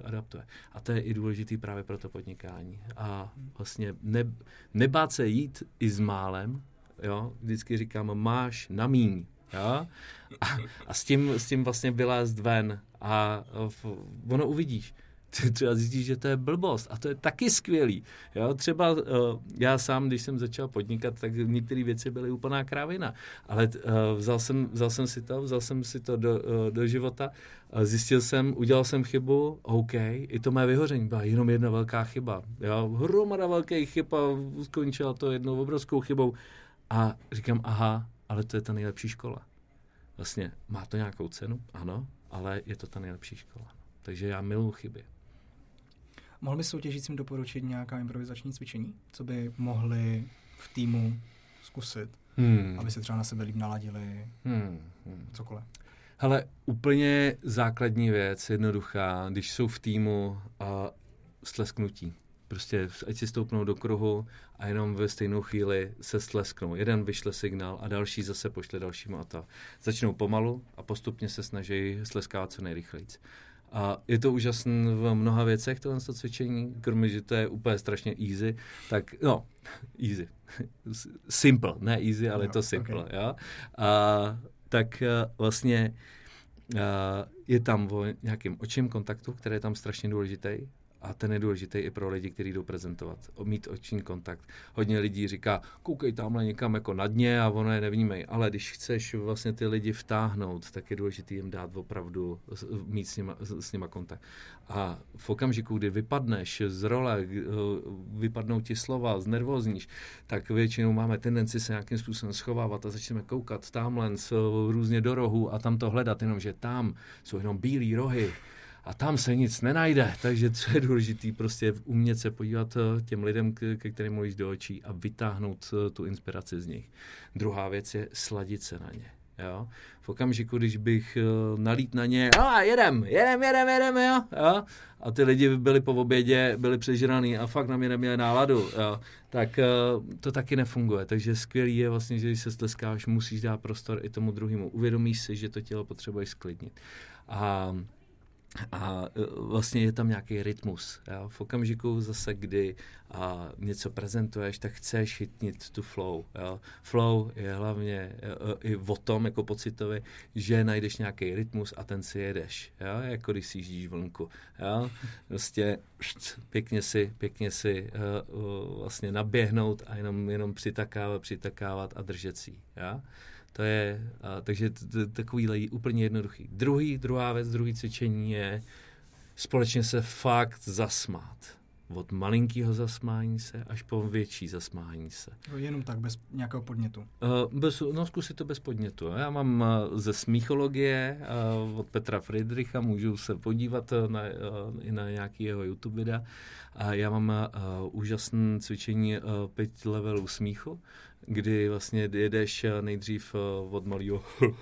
A to je i důležitý právě pro to podnikání. A vlastně nebát se jít i s málem, jo? Vždycky říkám, máš na míň. Jo? A s tím vlastně vylézt ven a ono uvidíš. Třeba zjistíš, že to je blbost a to je taky skvělý. Jo? Třeba já sám, když jsem začal podnikat, tak některé věci byly úplná krávina, ale vzal jsem si to do života, udělal jsem chybu, OK, i to mé vyhoření byla jenom jedna velká chyba. Jo? Hromada velkých chyb a skončila to jednou obrovskou chybou a říkám, aha, ale to je ta nejlepší škola. Vlastně má to nějakou cenu, ano, ale je to ta nejlepší škola. Takže já miluji chyby. Mohl bys soutěžícím doporučit nějaká improvizační cvičení, co by mohli v týmu zkusit, aby se třeba na sebe líp naladili, cokoliv? Hele, úplně základní věc, jednoduchá, když jsou v týmu stlesknutí. Prostě ať si stoupnou do kruhu a jenom ve stejnou chvíli se stlesknou. Jeden vyšle signál a další zase pošle dalšímu a to. Začnou pomalu a postupně se snaží stleskávat co nejrychlejc. A je to úžasné v mnoha věcech, tohle cvičení, kromě, že to je úplně strašně easy, tak easy. Simple, ne easy, ale je to simple. Okay. Jo? Tak vlastně je tam o nějakým očním kontaktu, který je tam strašně důležitý. A ten je důležitý i pro lidi, kteří jdou prezentovat. Mít oční kontakt. Hodně lidí říká, koukej tamhle někam jako na dně a ono je nevnímej. Ale když chceš vlastně ty lidi vtáhnout, tak je důležité jim dát opravdu, mít s nima kontakt. A v okamžiku, kdy vypadneš z role, vypadnou ti slova, znervózníš, tak většinou máme tendenci se nějakým způsobem schovávat a začneme koukat tamhle různě do rohu a tam to hledat, jenomže tam jsou jenom bílý rohy. A tam se nic nenajde, takže co je důležité, prostě umět se podívat těm lidem, ke kterým mluvíš do očí a vytáhnout tu inspiraci z nich. Druhá věc je sladit se na ně. Jo? V okamžiku, když bych nalít na ně, jedem, jo? A ty lidi byli po obědě, byli přežraný a fakt na mě neměli náladu, jo? Tak to taky nefunguje. Takže skvělý je vlastně, že když se stleskáš, musíš dát prostor i tomu druhému. Uvědomíš si, že to tělo potřebuješ sklidnit. A A vlastně je tam nějaký rytmus. Jo? V okamžiku zase, kdy něco prezentuješ, tak chceš chytnit tu flow. Jo? Flow je hlavně i o tom, jako pocitově, že najdeš nějaký rytmus a ten si jedeš. Jo? Jako když si jíždíš vlnku. Jo? Prostě pěkně si vlastně naběhnout a jenom přitakávat a držet si. Jo? To je, takže takový úplně jednoduchý. Druhá věc, druhý cvičení je společně se fakt zasmát. Od malinkého zasmání se až po větší zasmání se. Jenom tak, bez nějakého podnětu? Zkusit to bez podnětu. Já mám ze smíchologie od Petra Friedricha, můžu se podívat i na nějaký jeho YouTube videa. A já mám úžasné cvičení 5 levelů smíchu, kdy vlastně jedeš nejdřív od malého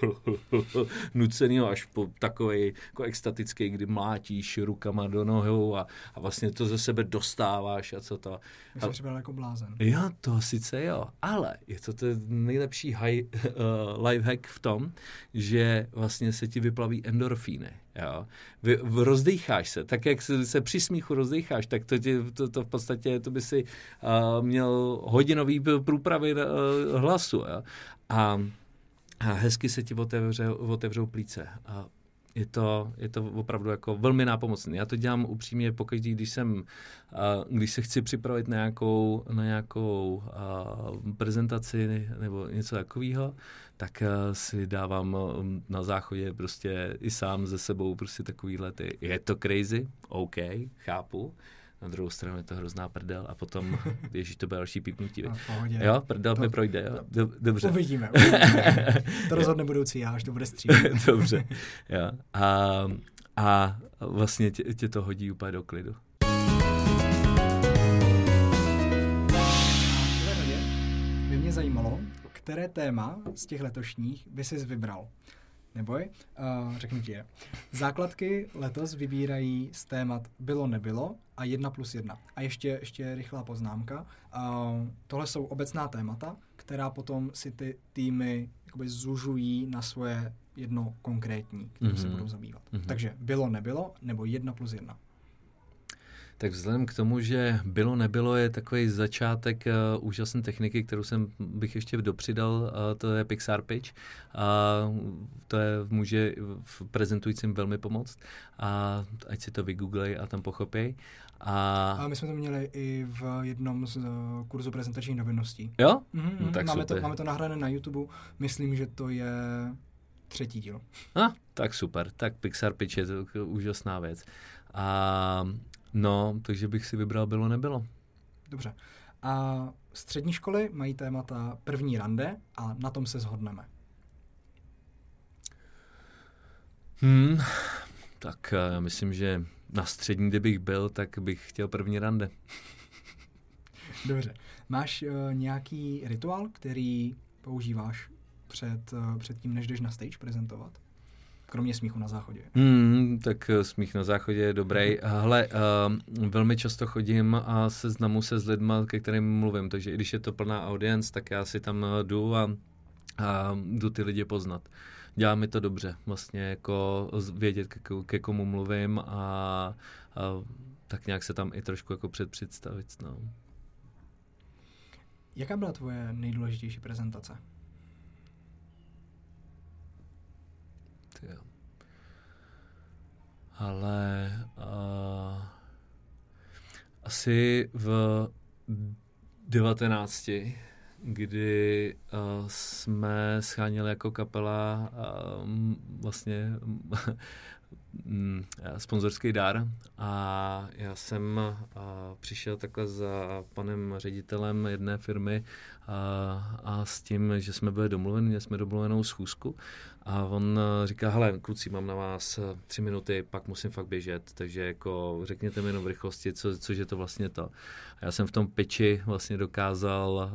nucenýho až po takovej jako extatický, kdy mlátíš rukama do nohou a vlastně to ze sebe dostáváš a co to. Já jsem připadal jako blázen. Jo, to sice jo, ale je to ten nejlepší lifehack v tom, že vlastně se ti vyplaví endorfíny. Jo. Rozdýcháš se, tak jak se při smíchu rozdýcháš, tak to v podstatě to by si měl hodinový průpravy hlasu. Jo. A hezky se ti otevřou plíce. A je to opravdu jako velmi nápomocné. Já to dělám upřímně pokaždý, když se chci připravit na nějakou prezentaci nebo něco takového, tak si dávám na záchodě prostě i sám ze sebou prostě takovýhle ty. Je to crazy? OK, chápu. Na druhou stranu je to hrozná prdel a potom, ježíš, to bude další pípnutí. Jo, prdel mi projde, jo? Dobře. Uvidíme. To rozhodne budoucí já, až to bude střílet. Dobře, jo. A vlastně tě to hodí úplně do klidu. By mě zajímalo, které téma z těch letošních by ses vybral. Neboj, řeknu ti je. Základky letos vybírají z témat bylo, nebylo a 1+1. A ještě rychlá poznámka. Tohle jsou obecná témata, která potom si ty týmy jakoby zužují na svoje jedno konkrétní, kterým se budou zabývat. Takže bylo, nebylo, nebo 1+1. Tak vzhledem k tomu, že bylo, nebylo, je takový začátek úžasné techniky, kterou bych ještě dopřidal, to je Pixar Pitch. To může v prezentujícím velmi pomoct. Ať si to vygooglej a tam pochopěj. A my jsme to měli i v jednom z kurzu prezentačních dovedností. Jo? No, tak máme to nahrané na YouTube. Myslím, že to je 3. díl. Tak super. Tak Pixar Pitch je to úžasná věc. No, takže bych si vybral bylo, nebylo. Dobře. A střední školy mají témata první rande a na tom se shodneme. Tak já myslím, že na střední, kdybych byl, tak bych chtěl první rande. Dobře. Máš nějaký rituál, který používáš před tím, než jdeš na stage prezentovat? Kromě smíchu na záchodě. Tak smích na záchodě je dobrý. Hele, velmi často chodím a seznamu se s lidma, ke kterým mluvím, takže i když je to plná audience, tak já si tam jdu a jdu ty lidi poznat. Dělá mi to dobře, vlastně jako vědět, ke komu mluvím a tak nějak se tam i trošku jako představit. No. Jaká byla tvoje nejdůležitější prezentace? Ale asi v 19, kdy jsme scháněli jako kapela vlastně sponzorský dar a já jsem přišel takhle za panem ředitelem jedné firmy a s tím, že jsme byli domluveni, měli jsme domluvenou schůzku a on říká, hele, kluci, mám na vás 3 minuty, pak musím fakt běžet, takže jako řekněte mi jenom v rychlosti, což je to vlastně to. A já jsem v tom pitchi vlastně dokázal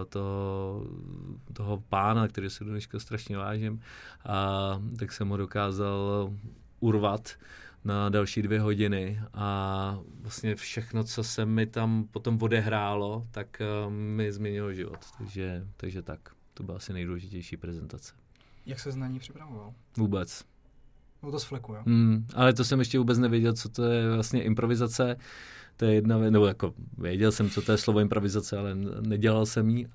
toho pána, který se do dneška strašně vážím, tak jsem ho dokázal urvat na další 2 hodiny a vlastně všechno, co se mi tam potom odehrálo, tak mi změnilo život. Takže tak. To byla asi nejdůležitější prezentace. Jak ses na ní připravoval? Vůbec. Bylo to z fleku, jo? Ale to jsem ještě vůbec nevěděl, co to je vlastně improvizace. To je jedna věc, nebo jako věděl jsem, co to je slovo improvizace, ale nedělal jsem ji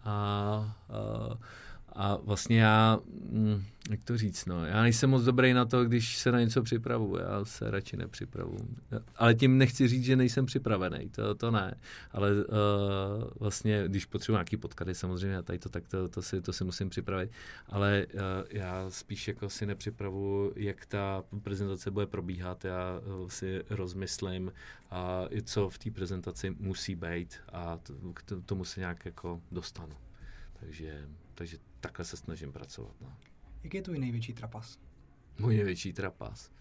a vlastně já, jak to říct, no, já nejsem moc dobrý na to, když se na něco připravuju, já se radši nepřipravuju. Ale tím nechci říct, že nejsem připravený, to ne, ale vlastně, když potřebuji nějaký podklady, samozřejmě, tady to, tak to si musím připravit, ale já spíš jako si nepřipravuju, jak ta prezentace bude probíhat, já si rozmyslím, co v té prezentaci musí být a k tomu se nějak jako dostanu. Takže takhle se snažím pracovat. No. Jaký je tvůj největší trapas? Můj největší trapas?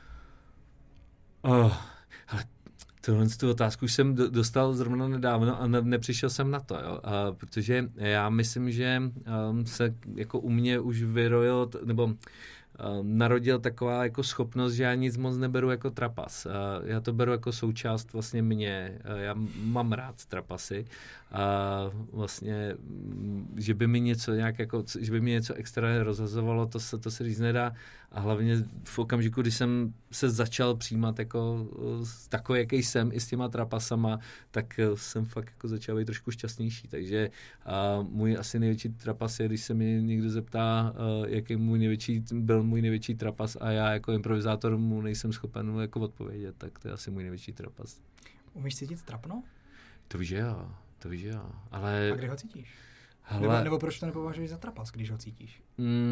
Ale tu otázku už jsem dostal zrovna nedávno a nepřišel jsem na to, jo? Protože já myslím, že se jako u mě už vyrojil, nebo narodil taková jako schopnost, že já nic moc neberu jako trapas. Já to beru jako součást vlastně mě. Já mám rád trapasy. Vlastně, že by mi něco nějak jako, že by mi něco extra rozhazovalo, to se říct nedá. A hlavně v okamžiku, kdy jsem se začal přijímat jako takový, jaký jsem, i s těma trapasama, tak jsem fakt jako začal být trošku šťastnější. Takže můj asi největší trapas je, když se mě někdo zeptá, jaký byl můj největší trapas a já jako improvizátor mu nejsem schopen jako odpovědět, tak to je asi můj největší trapas. Umíš cítit trapno? To víš, jo. Ale... A kdy ho cítíš? Hele... Nebo proč to nepovažuješ za trapas, když ho cítíš?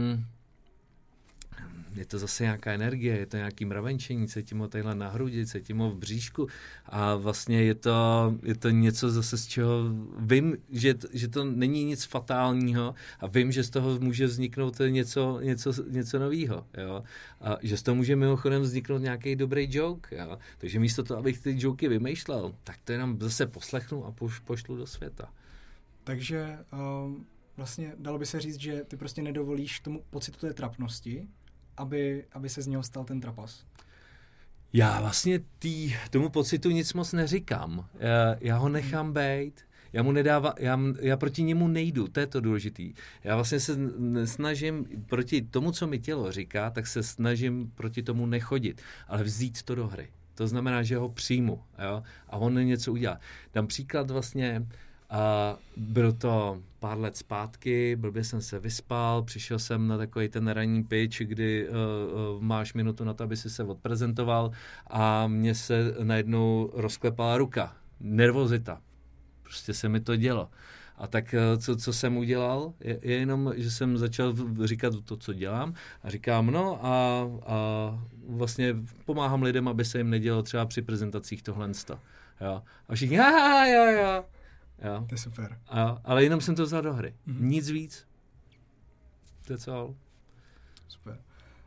Je to zase nějaká energie, je to nějaký mravenčení, cítím ho tadyhle na hrudi, cítím ho v bříšku a vlastně je to něco zase, z čeho vím, že to není nic fatálního a vím, že z toho může vzniknout něco novýho, jo. A že z toho může mimochodem vzniknout nějaký dobrý joke, jo. Takže místo toho, abych ty joky vymýšlel, tak to jenom zase poslechnu a pošlu do světa. Takže vlastně dalo by se říct, že ty prostě nedovolíš tomu pocitu té trapnosti, aby se z něho stal ten trapas. Já vlastně tomu pocitu nic moc neříkám. Já ho nechám bejt. Já proti němu nejdu, to je to důležitý. Já vlastně se snažím proti tomu, co mi tělo říká, tak se snažím proti tomu nechodit, ale vzít to do hry. To znamená, že ho přijmu, jo? A on něco udělá. Dám příklad vlastně. Bylo to pár let zpátky, blbě jsem se vyspal, přišel jsem na takový ten ranní pitch, kdy máš minutu na to, aby si se odprezentoval a mně se najednou rozklepala ruka. Nervozita. Prostě se mi to dělo. A tak co jsem udělal, je jenom, že jsem začal říkat to, co dělám a říkám, a vlastně pomáhám lidem, aby se jim nedělo třeba při prezentacích tohle. Jo. A všichni, jo. Jo. To je super. Ale jenom jsem to vzal do hry. Nic víc. To je co? Super.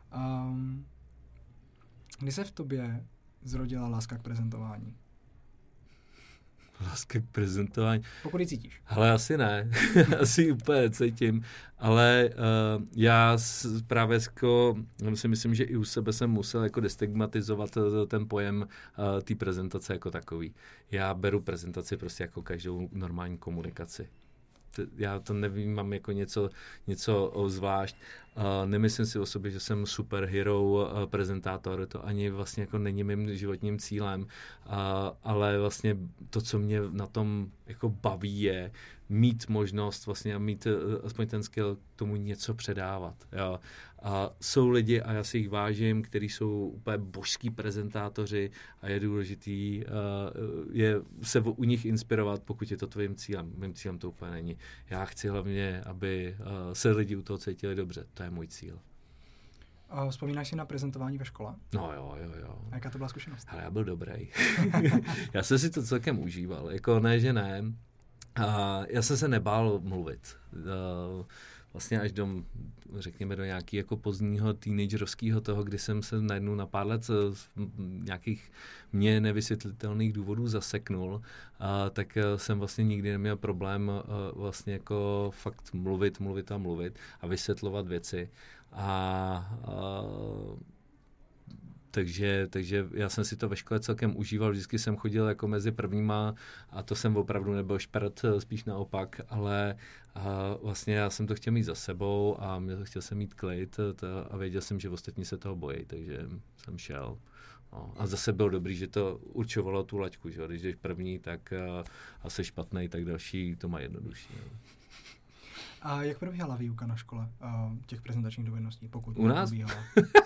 Kdy se v tobě zrodila láska k prezentování? Láska k prezentování? Pokud ji cítíš. Ale asi ne. Asi úplně cítím. Ale já právě si myslím, že i u sebe jsem musel jako destigmatizovat ten pojem té prezentace jako takový. Já beru prezentaci prostě jako každou normální komunikaci. Já to nevnímám jako něco zvlášť. Nemyslím si o sobě, že jsem superhero prezentátor, to ani vlastně jako není mým životním cílem, ale vlastně to, co mě na tom jako baví, je mít možnost vlastně a mít aspoň ten skill tomu něco předávat. Jo. A jsou lidi, a já si jich vážím, kteří jsou úplně božský prezentátoři a je důležitý se u nich inspirovat, pokud je to tvým cílem. Mým cílem to úplně není. Já chci hlavně, aby se lidi u toho cítili dobře. To je můj cíl. A vzpomínáš si na prezentování ve škole? No jo. A jaká to byla zkušenost? Ale já byl dobrý. Já jsem si to celkem užíval. Jako ne, že ne. Já jsem se nebál mluvit. Vlastně až řekněme do nějakého jako pozdního teenagerovského toho, kdy jsem se najednou na pár let z nějakých mně nevysvětlitelných důvodů zaseknul, tak jsem vlastně nikdy neměl problém vlastně jako fakt mluvit a vysvětlovat věci. Takže já jsem si to ve škole celkem užíval, vždycky jsem chodil jako mezi prvníma a to jsem opravdu nebyl špert, spíš naopak, ale vlastně já jsem to chtěl mít za sebou a chtěl jsem mít klid a věděl jsem, že ostatní se toho bojí, takže jsem šel. No, a zase bylo dobrý, že to určovalo tu laťku, že když jdeš první, tak a jsi špatnej, tak další to má jednodušší. No. A jak probíhala výuka na škole těch prezentačních dovedností, pokud u nás? probíhala?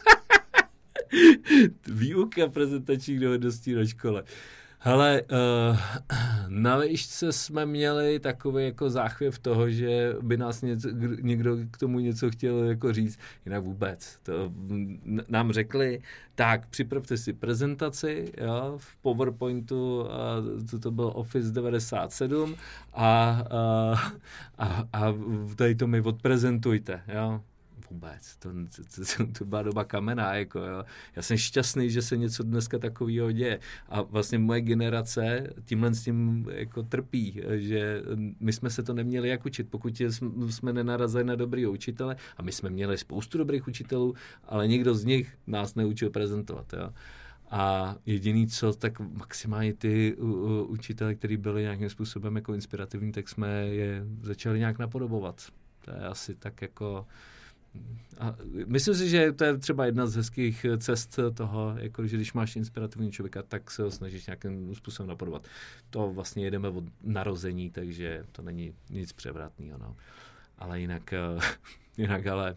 Výuka prezentačních dovedností na škole. Hele, na výšce jsme měli takový jako záchvěv toho, že by nás někdo k tomu něco chtěl jako říct, jinak vůbec. To nám řekli, tak připravte si prezentaci, jo, v PowerPointu, to byl Office 97 a tady to mi odprezentujte, jo. Vůbec. To byla doba kamenná. Jako, jo. Já jsem šťastný, že se něco dneska takového děje. A vlastně moje generace tímhle s tím jako trpí, že my jsme se to neměli jak učit, pokud jsme nenarazili na dobrýho učitele, a my jsme měli spoustu dobrých učitelů, ale nikdo z nich nás neučil prezentovat. Jo. A jediný co, tak maximálně ty učitele, kteří byli nějakým způsobem jako inspirativní, tak jsme je začali nějak napodobovat. To je asi tak jako... A myslím si, že to je třeba jedna z hezkých cest toho, jako, že když máš inspirativní člověka, tak se ho snažíš nějakým způsobem napodobovat. To vlastně jedeme od narození, takže to není nic převratného. No. Ale jinak ale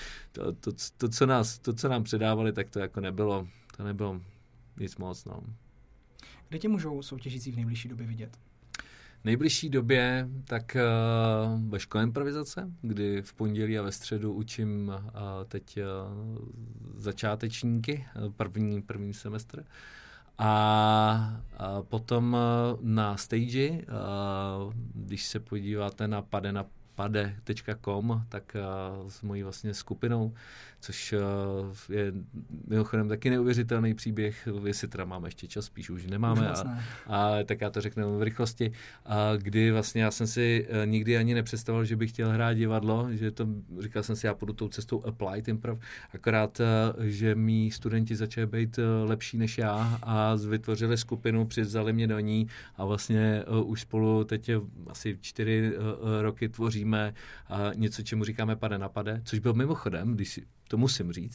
to, co nám předávali, tak to jako nebylo nic moc. No. Kde tě můžou soutěžící v nejbližší době vidět? V nejbližší době tak ve škole improvizace, kdy v pondělí a ve středu učím teď začátečníky, první semestr. A potom na stage, když se podíváte na pade.com, tak s mojí vlastně skupinou, což je mimochodem taky neuvěřitelný příběh, jestli teda máme ještě čas, spíš už nemáme, tak já to řeknu v rychlosti, kdy vlastně já jsem si nikdy ani nepředstavoval, že bych chtěl hrát divadlo, že to, říkal jsem si, já půjdu tou cestou applied improv, akorát, že mý studenti začali být lepší než já a vytvořili skupinu, přizvali mě do ní a vlastně už spolu teď asi 4 roky tvoříme něco, čemu říkáme pade na pade, což byl mimochodem, když to musím říct,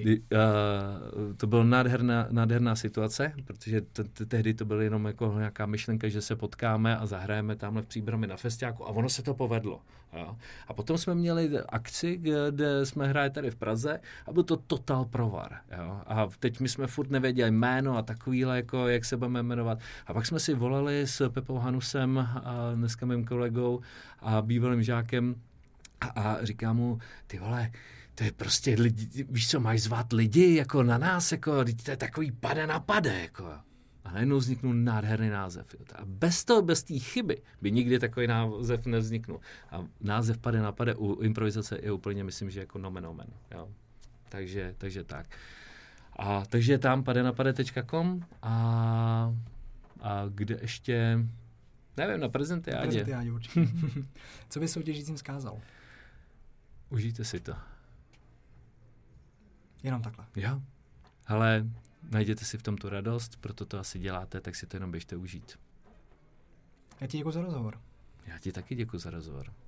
to byla nádherná situace, protože tehdy to bylo jenom jako nějaká myšlenka, že se potkáme a zahrajeme tamhle v Příbrami na festiáku a ono se to povedlo. Jo. A potom jsme měli akci, kde jsme hráli tady v Praze a byl to total provar. Jo. A teď my jsme furt nevěděli jméno a takovýhle, jako, jak se budeme jmenovat. A pak jsme si volali s Pepou Hanusem, a dneska mým kolegou a bývalým žákem a říkám mu, ty vole, to je prostě lidi, víš co, máš zvát lidi jako na nás, jako, to je takový pade na pade, jako. A najednou vzniknul nádherný název. Jo. A bez té chyby by nikdy takový název nevzniknul. A název pade na pade u improvizace je úplně, myslím, že jako nomen. Jo. Takže tak. A takže tam padenapade.com a kde ještě, nevím, na prezentiádě. Na prezentiádě určitě. Co bys soutěžícím vzkázal? Užijte si to. Jenom takhle. Jo. Ale najděte si v tom tu radost, proto to asi děláte, tak si to jenom běžte užít. Já ti děkuji za rozhovor. Já ti taky děkuji za rozhovor.